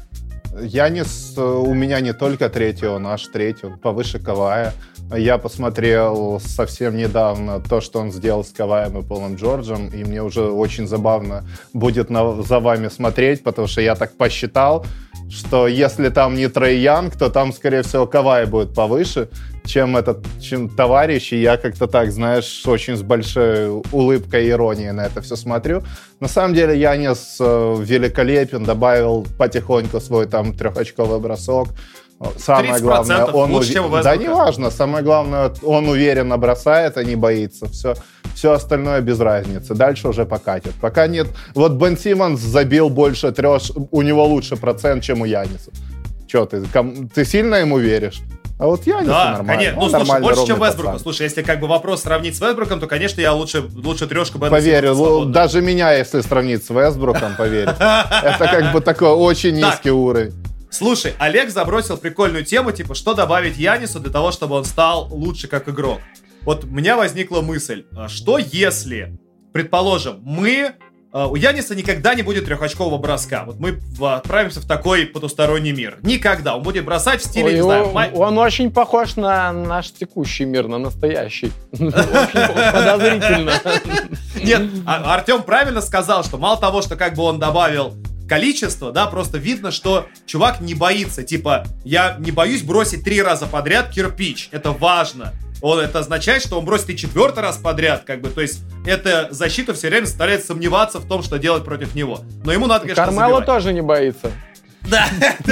Янис у меня не только третий, он аж третий, он повыше Кавая. Я посмотрел совсем недавно то, что он сделал с Каваем и Полом Джорджем, и мне уже очень забавно будет на, за вами смотреть, потому что я так посчитал, что если там не Трей Янг, то там, скорее всего, Кавай будет повыше, чем этот, чем товарищ, и я как-то так, знаешь, очень с большой улыбкой и иронией на это все смотрю. На самом деле Янис великолепен, добавил потихоньку свой там трехочковый бросок. Самое главное, он лучше, ув... Да, неважно. Самое главное, он уверенно бросает, а не боится. Все, все остальное без разницы. Дальше уже покатит. Пока нет. Вот Бен Симмонс забил больше трех, у него лучше процент, чем у Яниса. Че ты? Ком... Ты сильно ему веришь? А вот Янис да, нормально. Конечно. Ну, слушай, больше, чем Вестбрука. Слушай, если как бы вопрос сравнить с Вестбруком, то, конечно, я лучше, лучше трешку Бена Поверь, даже меня, если сравнить с Вестбруком, поверь. Это как бы такой очень низкий уровень. Слушай, Олег забросил прикольную тему, типа, что добавить Янису для того, чтобы он стал лучше как игрок. Вот у меня возникла мысль, что если, предположим, мы... У Яниса никогда не будет трехочкового броска. Вот мы отправимся в такой потусторонний мир. Никогда. Он будет бросать в стиле, Ой, не он, знаю... Май... Он очень похож на наш текущий мир, на настоящий. Очень подозрительно. Нет, Артем правильно сказал, что мало того, что как бы он добавил количество, да, просто видно, что чувак не боится. Типа, я не боюсь бросить три раза подряд кирпич. Это важно. Он, это означает, что он бросит и четвертый раз подряд, как бы, то есть эта защита все время заставляет сомневаться в том, что делать против него. Но ему надо, конечно, Кармело забивать. Тоже не боится. Да.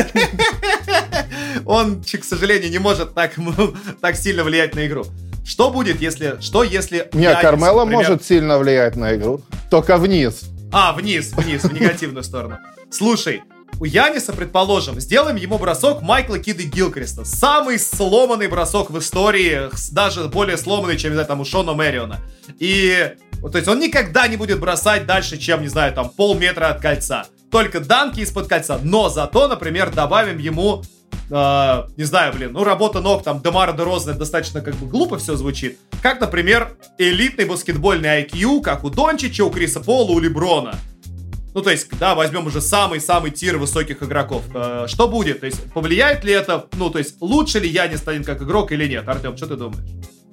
Он, к сожалению, не может так, так сильно влиять на игру. Что будет, если... Что, если... Нет, Кармело может сильно влиять на игру, только вниз. А, вниз, вниз, в негативную сторону. Слушай, у Яниса, предположим, сделаем ему бросок Майкла Кида Гилкриста. Самый сломанный бросок в истории, даже более сломанный, чем, не знаю, там, у Шона Мэриона. И, то есть, он никогда не будет бросать дальше, чем, не знаю, там, полметра от кольца. Только данки из-под кольца. Но зато, например, добавим ему, э, не знаю, блин, ну, работа ног, там, Демара Дерозана, достаточно, как бы, глупо все звучит. Как, например, элитный баскетбольный ай кью, как у Дончича, у Криса Пола, у Леброна. Ну, то есть, да, возьмем уже самый-самый тир высоких игроков. Э, что будет? То есть, повлияет ли это, ну, то есть, лучше ли Янис станет как игрок или нет? Артем, что ты думаешь?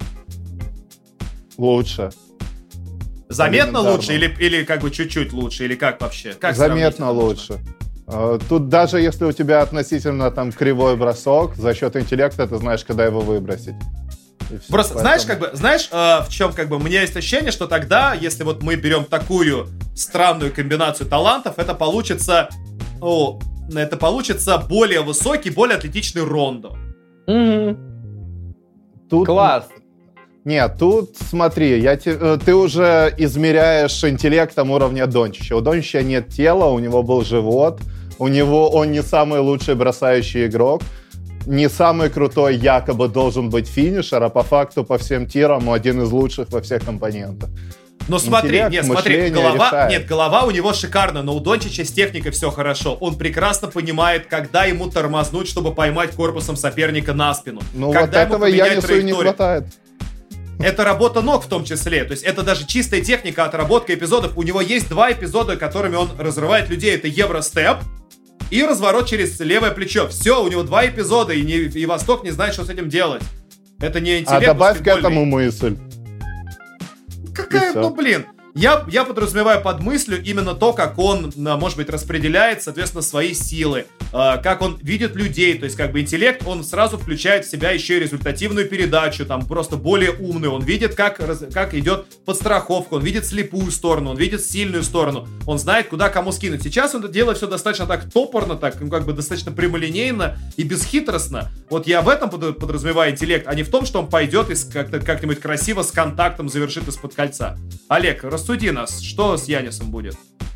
Лучше. Заметно лучше или, или как бы чуть-чуть лучше? Или как вообще? Как Заметно лучше. Э, тут даже если у тебя относительно там кривой бросок, за счет интеллекта ты знаешь, когда его выбросить. Просто, поэтому... знаешь, как бы, знаешь, э, в чем, как бы, у меня есть ощущение, что тогда, если вот мы берем такую странную комбинацию талантов, это получится, о, это получится более высокий, более атлетичный Рондо. Mm-hmm. Тут... Класс. Нет, тут, смотри, я те, ты уже измеряешь интеллектом уровня Дончича. У Дончича нет тела, у него был живот, у него он не самый лучший бросающий игрок, не самый крутой якобы должен быть финишер, а по факту по всем тирам один из лучших во всех компонентах. Но смотри, нет, смотри, голова, нет, голова у него шикарная, но у Дончича с техникой все хорошо. Он прекрасно понимает, когда ему тормознуть, чтобы поймать корпусом соперника на спину. Ну когда вот этого Янису и не хватает. Это работа ног в том числе. То есть это даже чистая техника, отработка эпизодов. У него есть два эпизода, которыми он разрывает людей. Это Евростеп и разворот через левое плечо. Все, у него два эпизода, и, не, и Восток не знает, что с этим делать. Это не интеллект. А добавь к этому мысль. Какая, ну блин. Я, я подразумеваю под мыслью именно то, как он, может быть, распределяет, соответственно, свои силы, э, как он видит людей, то есть как бы интеллект, он сразу включает в себя еще и результативную передачу, там просто более умную, он видит, как, как идет подстраховка, он видит слепую сторону, он видит сильную сторону, он знает, куда кому скинуть. Сейчас он это делает все достаточно так топорно, так, ну как бы достаточно прямолинейно и бесхитростно. Вот я в этом подразумеваю интеллект, а не в том, что он пойдет и как-то, как-нибудь красиво с контактом завершит из-под кольца. Олег, рассуди нас, что с Янисом будет?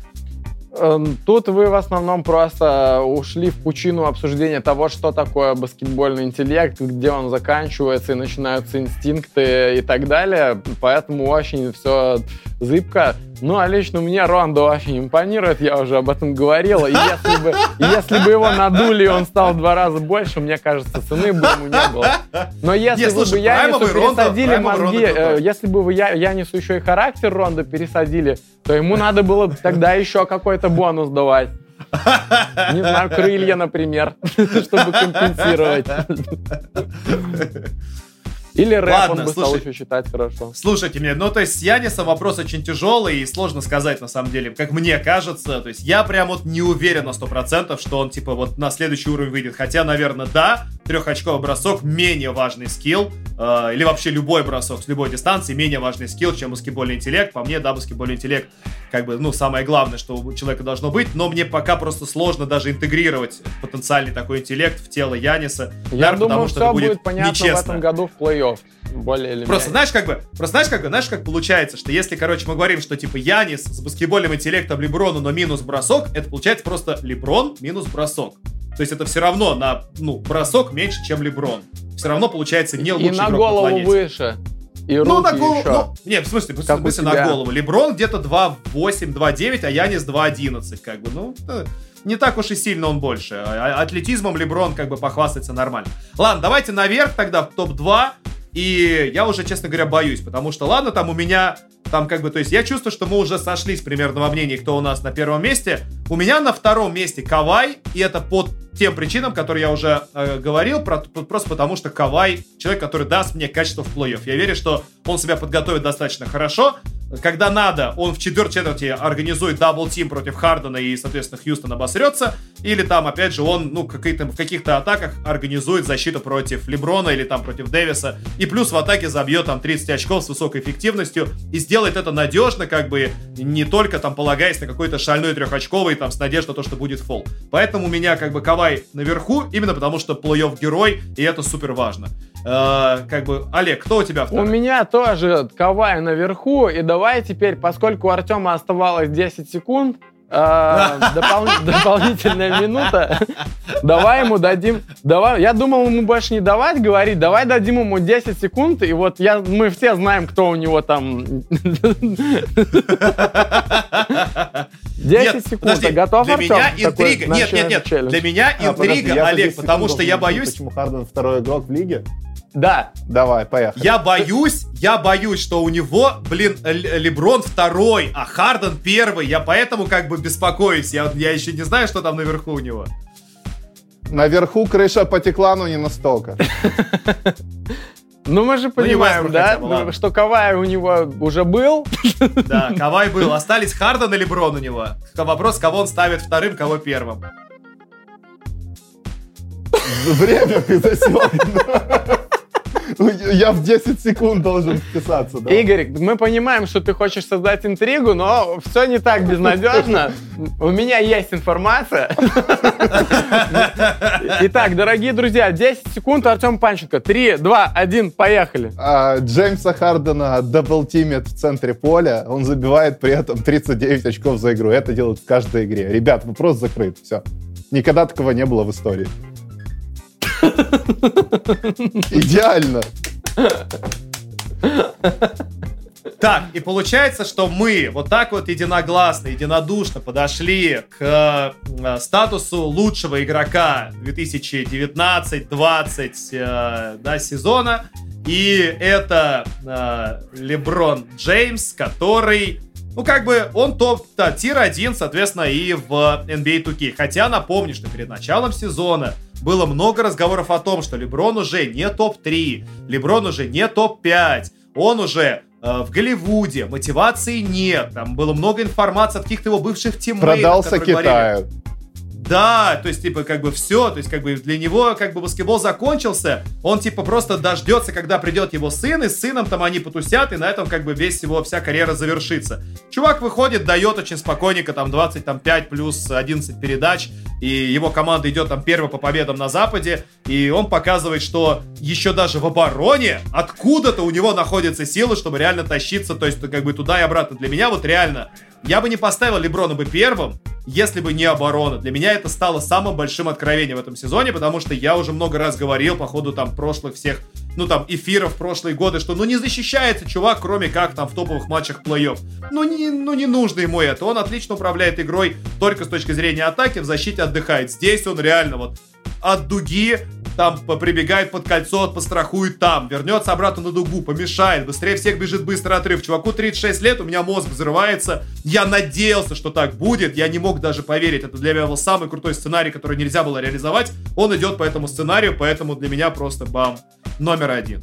Тут вы в основном просто ушли в пучину обсуждения того, что такое баскетбольный интеллект, где он заканчивается и начинаются инстинкты и так далее. Поэтому очень все зыбко. Ну, а лично мне Рондо очень импонирует, я уже об этом говорил. И если бы, если бы его надули, и он стал в два раза больше, мне кажется, цены бы ему не было. Но если Нет, бы слушай, вы Янису пересадили Рондо, мозги, э, если бы вы Я, Янису еще и характер Рондо пересадили, то ему надо было тогда еще какой-то бонус давать. Не знаю, крылья, например, чтобы компенсировать. Или рэп Ладно, он бы слушай, стал еще читать хорошо. Слушайте меня, ну то есть с Янисом вопрос очень тяжелый и сложно сказать на самом деле, как мне кажется. То есть я прям вот не уверен на сто процентов, что он типа вот на следующий уровень выйдет. Хотя, наверное, да, трехочковый бросок менее важный скилл, э, или вообще любой бросок с любой дистанции менее важный скилл, чем баскетбольный интеллект. По мне, да, баскетбольный интеллект как бы, ну, самое главное, что у человека должно быть, но мне пока просто сложно даже интегрировать потенциальный такой интеллект в тело Яниса. Я да, думаю, потому, все что это будет, будет понятно нечестно. В этом году в плей-офф. Более или просто менее. знаешь, как бы, просто знаешь, как бы, знаешь, как получается, что если, короче, мы говорим, что типа Янис с баскетбольным интеллектом Леброна, но минус бросок, это получается просто Леброн минус бросок. То есть это все равно на, ну, бросок меньше, чем Леброн. Все равно получается не лучший игрок на планете. И на голову выше. И руки ну, на голову, еще. Ну, не, в смысле, в смысле на голову. Леброн где-то два восемь, два девять, а Янис два одиннадцать, как бы, ну... Не так уж и сильно он больше. Атлетизмом Леброн как бы похвастается нормально. Ладно, давайте наверх тогда в топ два. И я уже, честно говоря, боюсь, потому что, ладно, там у меня, там как бы, то есть я чувствую, что мы уже сошлись примерно во мнении, кто у нас на первом месте. У меня на втором месте Кавай, и это по тем причинам, которые я уже э, говорил, про, просто потому что Кавай человек, который даст мне качество в плей-офф. Я верю, что он себя подготовит достаточно хорошо. Когда надо, он в четвертой четверти организует дабл-тим против Хардена и, соответственно, Хьюстон обосрется. Или там, опять же, он, ну, какие-то, в каких-то атаках организует защиту против Леброна или там против Дэвиса. И плюс в атаке забьет там тридцать очков с высокой эффективностью. И сделает это надежно, как бы, не только там полагаясь на какой-то шальной трехочковый, там, с надеждой на то, что будет фол. Поэтому у меня, как бы, Кавай наверху, именно потому что плей-офф герой, и это супер важно. Э, как бы, Олег, кто у тебя второй? У меня тоже Кавай наверху, и давай теперь, поскольку у Артема оставалось десять секунд, э, допол- дополнительная минута, давай ему дадим, давай, я думал ему больше не давать говорить, давай дадим ему десять секунд, и вот я, мы все знаем, кто у него там... десять секунд, подожди, готов, для Артем? меня интрига, нет, нет, нет, для меня интрига, а, Олег, потому что я боюсь... Почему Харден второй игрок в лиге? Да. Давай, поехали. Я боюсь, я боюсь, что у него, блин, Леброн второй, а Харден первый. Я поэтому как бы беспокоюсь. Я, я еще не знаю, что там наверху у него. Наверху крыша потекла, но не настолько. Ну, мы же понимаем, да, что Кавай у него уже был. Да, Кавай был. Остались Харден и Леброн у него. Вопрос, кого он ставит вторым, кого первым. Время ты засек. Я в десять секунд должен вписаться. Да? Игорь, мы понимаем, что ты хочешь создать интригу, но все не так безнадежно. У меня есть информация. Итак, дорогие друзья, десять секунд, Артем Панченко. три, два, один, поехали. А, Джеймса Хардена даблтимит в центре поля. Он забивает при этом тридцать девять очков за игру. Это делают в каждой игре. Ребят, вопрос закрыт. Все. Никогда такого не было в истории. Идеально. Так, и получается, что мы вот так вот единогласно, единодушно подошли к э, статусу лучшего игрока две тысячи девятнадцать двадцать э, да, сезона. И это э, Леброн Джеймс, который... Ну, как бы, он топ, да, тир один, соответственно, и в эн би эй ту кей. Хотя, напомню, что перед началом сезона было много разговоров о том, что Леброн уже не топ три, Леброн уже не топ пять, он уже э, в Голливуде, мотивации нет, там было много информации от каких-то его бывших тиммейтов. Продался Китаю. Говорили, да, то есть, типа, как бы все, то есть, как бы для него, как бы, баскетбол закончился, он, типа, просто дождется, когда придет его сын, и с сыном там они потусят, и на этом, как бы, весь его, вся карьера завершится. Чувак выходит, дает очень спокойненько, там, двадцать пять плюс одиннадцать передач, и его команда идет, там, первой по победам на Западе, и он показывает, что еще даже в обороне откуда-то у него находятся силы, чтобы реально тащиться, то есть, как бы, туда и обратно. Для меня, вот, реально, я бы не поставил Леброна бы первым, если бы не оборона. Для меня это стало самым большим откровением в этом сезоне, потому что я уже много раз говорил по ходу там прошлых всех, ну там, эфиров в прошлые годы, что ну не защищается чувак, кроме как там в топовых матчах плей-офф. Ну не, ну не нужно ему это. Он отлично управляет игрой только с точки зрения атаки, в защите отдыхает. Здесь он реально вот от дуги там прибегает под кольцо, пострахует там, вернется обратно на дугу, помешает, быстрее всех бежит быстрый отрыв. Чуваку тридцать шесть лет, у меня мозг взрывается. Я надеялся, что так будет, я не мог даже поверить. Это для меня был самый крутой сценарий, который нельзя было реализовать. Он идет по этому сценарию, поэтому для меня просто бам, номер один.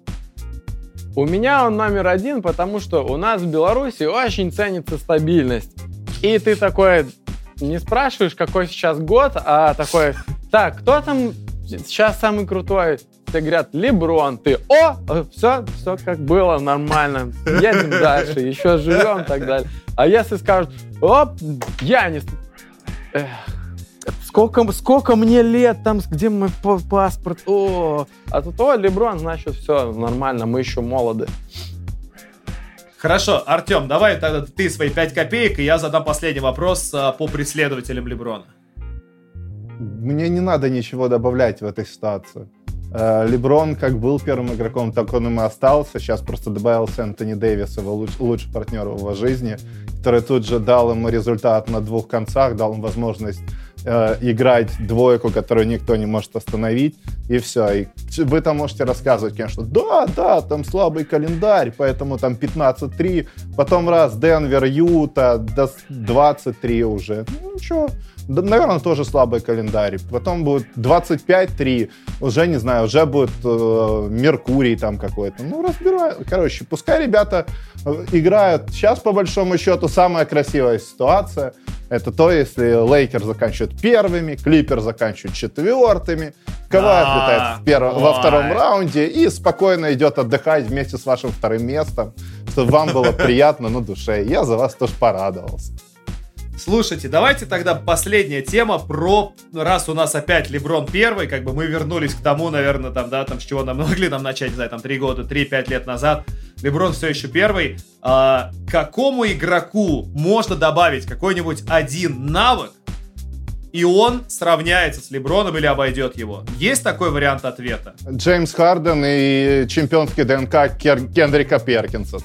У меня он номер один, потому что у нас в Беларуси очень ценится стабильность. И ты такой не спрашиваешь, какой сейчас год, а такой, так, кто там сейчас самый крутой? Тебе говорят, Леброн, ты, о, все, все как было, нормально, едем дальше, еще живем и так далее. А если скажут, оп, Янис, эх, сколько, сколько мне лет, там, где мой паспорт, о, а тут, о, Леброн, значит, все нормально, мы еще молоды. Хорошо, Артем, давай тогда ты свои пять копеек, и я задам последний вопрос а, по преследователям Леброна. Мне не надо ничего добавлять в этой ситуации. Леброн как был первым игроком, так он им и остался. Сейчас просто добавился Энтони Дэвис, его луч, лучший партнер в его жизни, который тут же дал ему результат на двух концах, дал им возможность э, играть двойку, которую никто не может остановить, и все. И вы там можете рассказывать, конечно, да, да, там слабый календарь, поэтому там пятнадцать три, потом раз Денвер, Юта, двадцать три уже. Ну ничего. Наверное, тоже слабый календарь. Потом будет двадцать пять три. Уже, не знаю, уже будет э, Меркурий там какой-то. Ну, разбираю. Короче, пускай ребята э, играют. Сейчас, по большому счету, самая красивая ситуация. Это то, если Лейкер заканчивают первыми, Клиппер заканчивают четвертыми, Кавай отлетает в перв... во втором раунде и спокойно идет отдыхать вместе с вашим вторым местом, чтобы вам было приятно на душе. Я за вас тоже порадовался. Слушайте, давайте тогда последняя тема про, раз у нас опять Леброн первый, как бы мы вернулись к тому, наверное, там, да, там, с чего нам могли там начать, не знаю, там, три года, три-пять лет назад, Леброн все еще первый. А, какому игроку можно добавить какой-нибудь один навык, и он сравняется с Леброном или обойдет его? Есть такой вариант ответа? Джеймс Харден и чемпионский ДНК Кер- Кендрика Перкинса.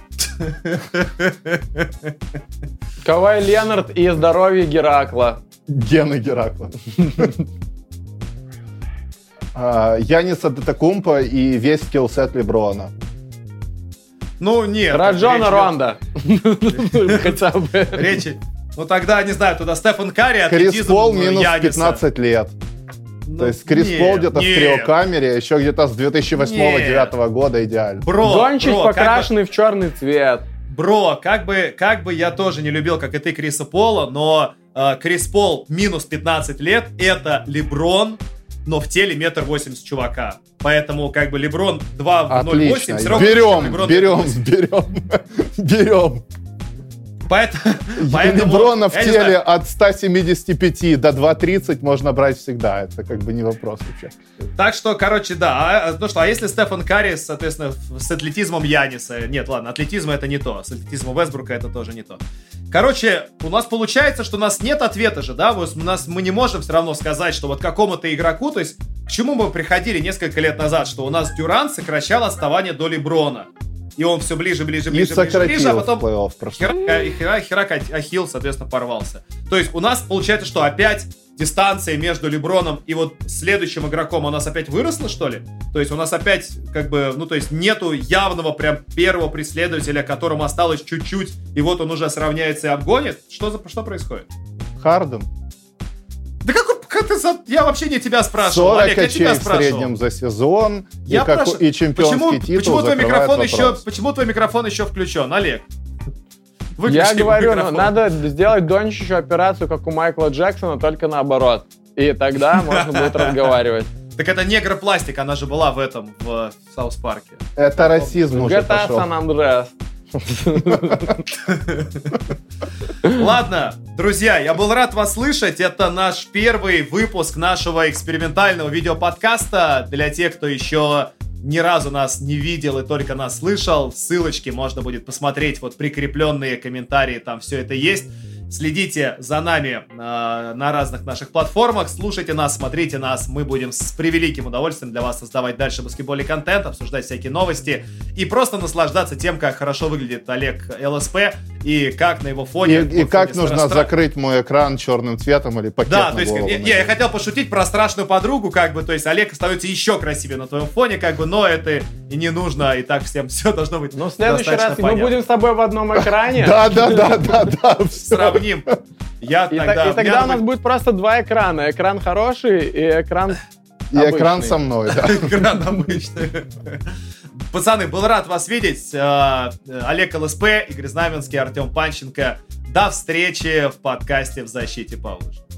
Кавай Ленард и здоровье Геракла. Гены Геракла. А, Янис Адетокумпо и весь скиллсет Леброна. Ну, нет. Раджона Ронда. Хотя бы. Речи. Ну, тогда, не знаю, туда Стефан Карри, атлетизм Крис Пол минус Яниса. пятнадцать лет. Ну, То есть Крис нет, Пол где-то нет. в криокамере, еще где-то с две тысячи восьмого-две тысячи девятого года идеально. Бро, Дончич бро, покрашенный в черный цвет. Бро, как бы, как бы я тоже не любил, как и ты, Криса Пола, но э, Крис Пол минус пятнадцать лет, это Леброн, но в теле метр восемьдесят чувака. Поэтому, как бы, Леброн два ноль восемь. Отлично. Берем, берем, берем, берем. Поэтому, поэтому, Леброна в я не теле знаю. от ста семидесяти пяти до двухсот тридцати можно брать всегда. Это как бы не вопрос вообще. Так что, короче, да. А, ну что, а если Стефан Карри, соответственно, с атлетизмом Яниса? Нет, ладно, атлетизм это не то. С атлетизмом Вестбрука это тоже не то. Короче, у нас получается, что у нас нет ответа же, да? Вот у нас, мы не можем все равно сказать, что вот какому-то игроку, то есть к чему мы приходили несколько лет назад, что у нас Дюрант сокращал отставание до Леброна. И он все ближе, ближе, И ближе, ближе, сократил ближе, а потом в плей-офф просто. хера, хера, херак Ахилл, соответственно, порвался. То есть у нас получается, что опять дистанция между Леброном и вот следующим игроком у нас опять выросла, что ли? То есть у нас опять, как бы, ну, то есть нету явного прям первого преследователя, которому осталось чуть-чуть, и вот он уже сравняется и обгонит? Что, за, что происходит? Харден. Да какой, как ты за... Я вообще не тебя спрашивал, сорок Олег, я тебя очей в спрашивал. среднем за сезон. Я и, как, прошу- и чемпионский почему, титул почему твой закрывает микрофон вопрос. еще, почему твой микрофон еще включен, Олег? Выключи Я его говорю, ну, микрофон. надо сделать Дончичу операцию, как у Майкла Джексона, только наоборот. И тогда можно будет разговаривать. Так это негропластик, она же была в этом, в Саус Парке. Это расизм уже джи ти эй пошел. San Andreas. Ладно, друзья, я был рад вас слышать. Это наш первый выпуск нашего экспериментального видеоподкаста. Для тех, кто еще ни разу нас не видел и только нас слышал, ссылочки можно будет посмотреть, вот прикрепленные комментарии, там все это есть. Следите за нами э, на разных наших платформах, слушайте нас, смотрите нас, мы будем с превеликим удовольствием для вас создавать дальше баскетбольный контент, обсуждать всякие новости и просто наслаждаться тем, как хорошо выглядит Олег ЛСП и как на его фоне... И, и вот как фоне нужно стра- закрыть мой экран черным цветом или пакет Да, на то есть, голову я, надеть. я хотел пошутить про страшную подругу, как бы, то есть Олег остается еще красивее на твоем фоне, как бы, но это и не нужно, и так всем все должно быть Ну, в следующий достаточно раз мы понятно. будем с тобой в одном экране. Да, да, да, да, да. всё. Сравним. Я И, тогда... так- и тогда меня у нас будет просто два экрана. Экран хороший и экран И обычный. экран со мной, да. экран обычный. Пацаны, был рад вас видеть. Э, Олег ЛСП, Игорь Знаменский, Артем Панченко. До встречи в подкасте «В защите Павлович».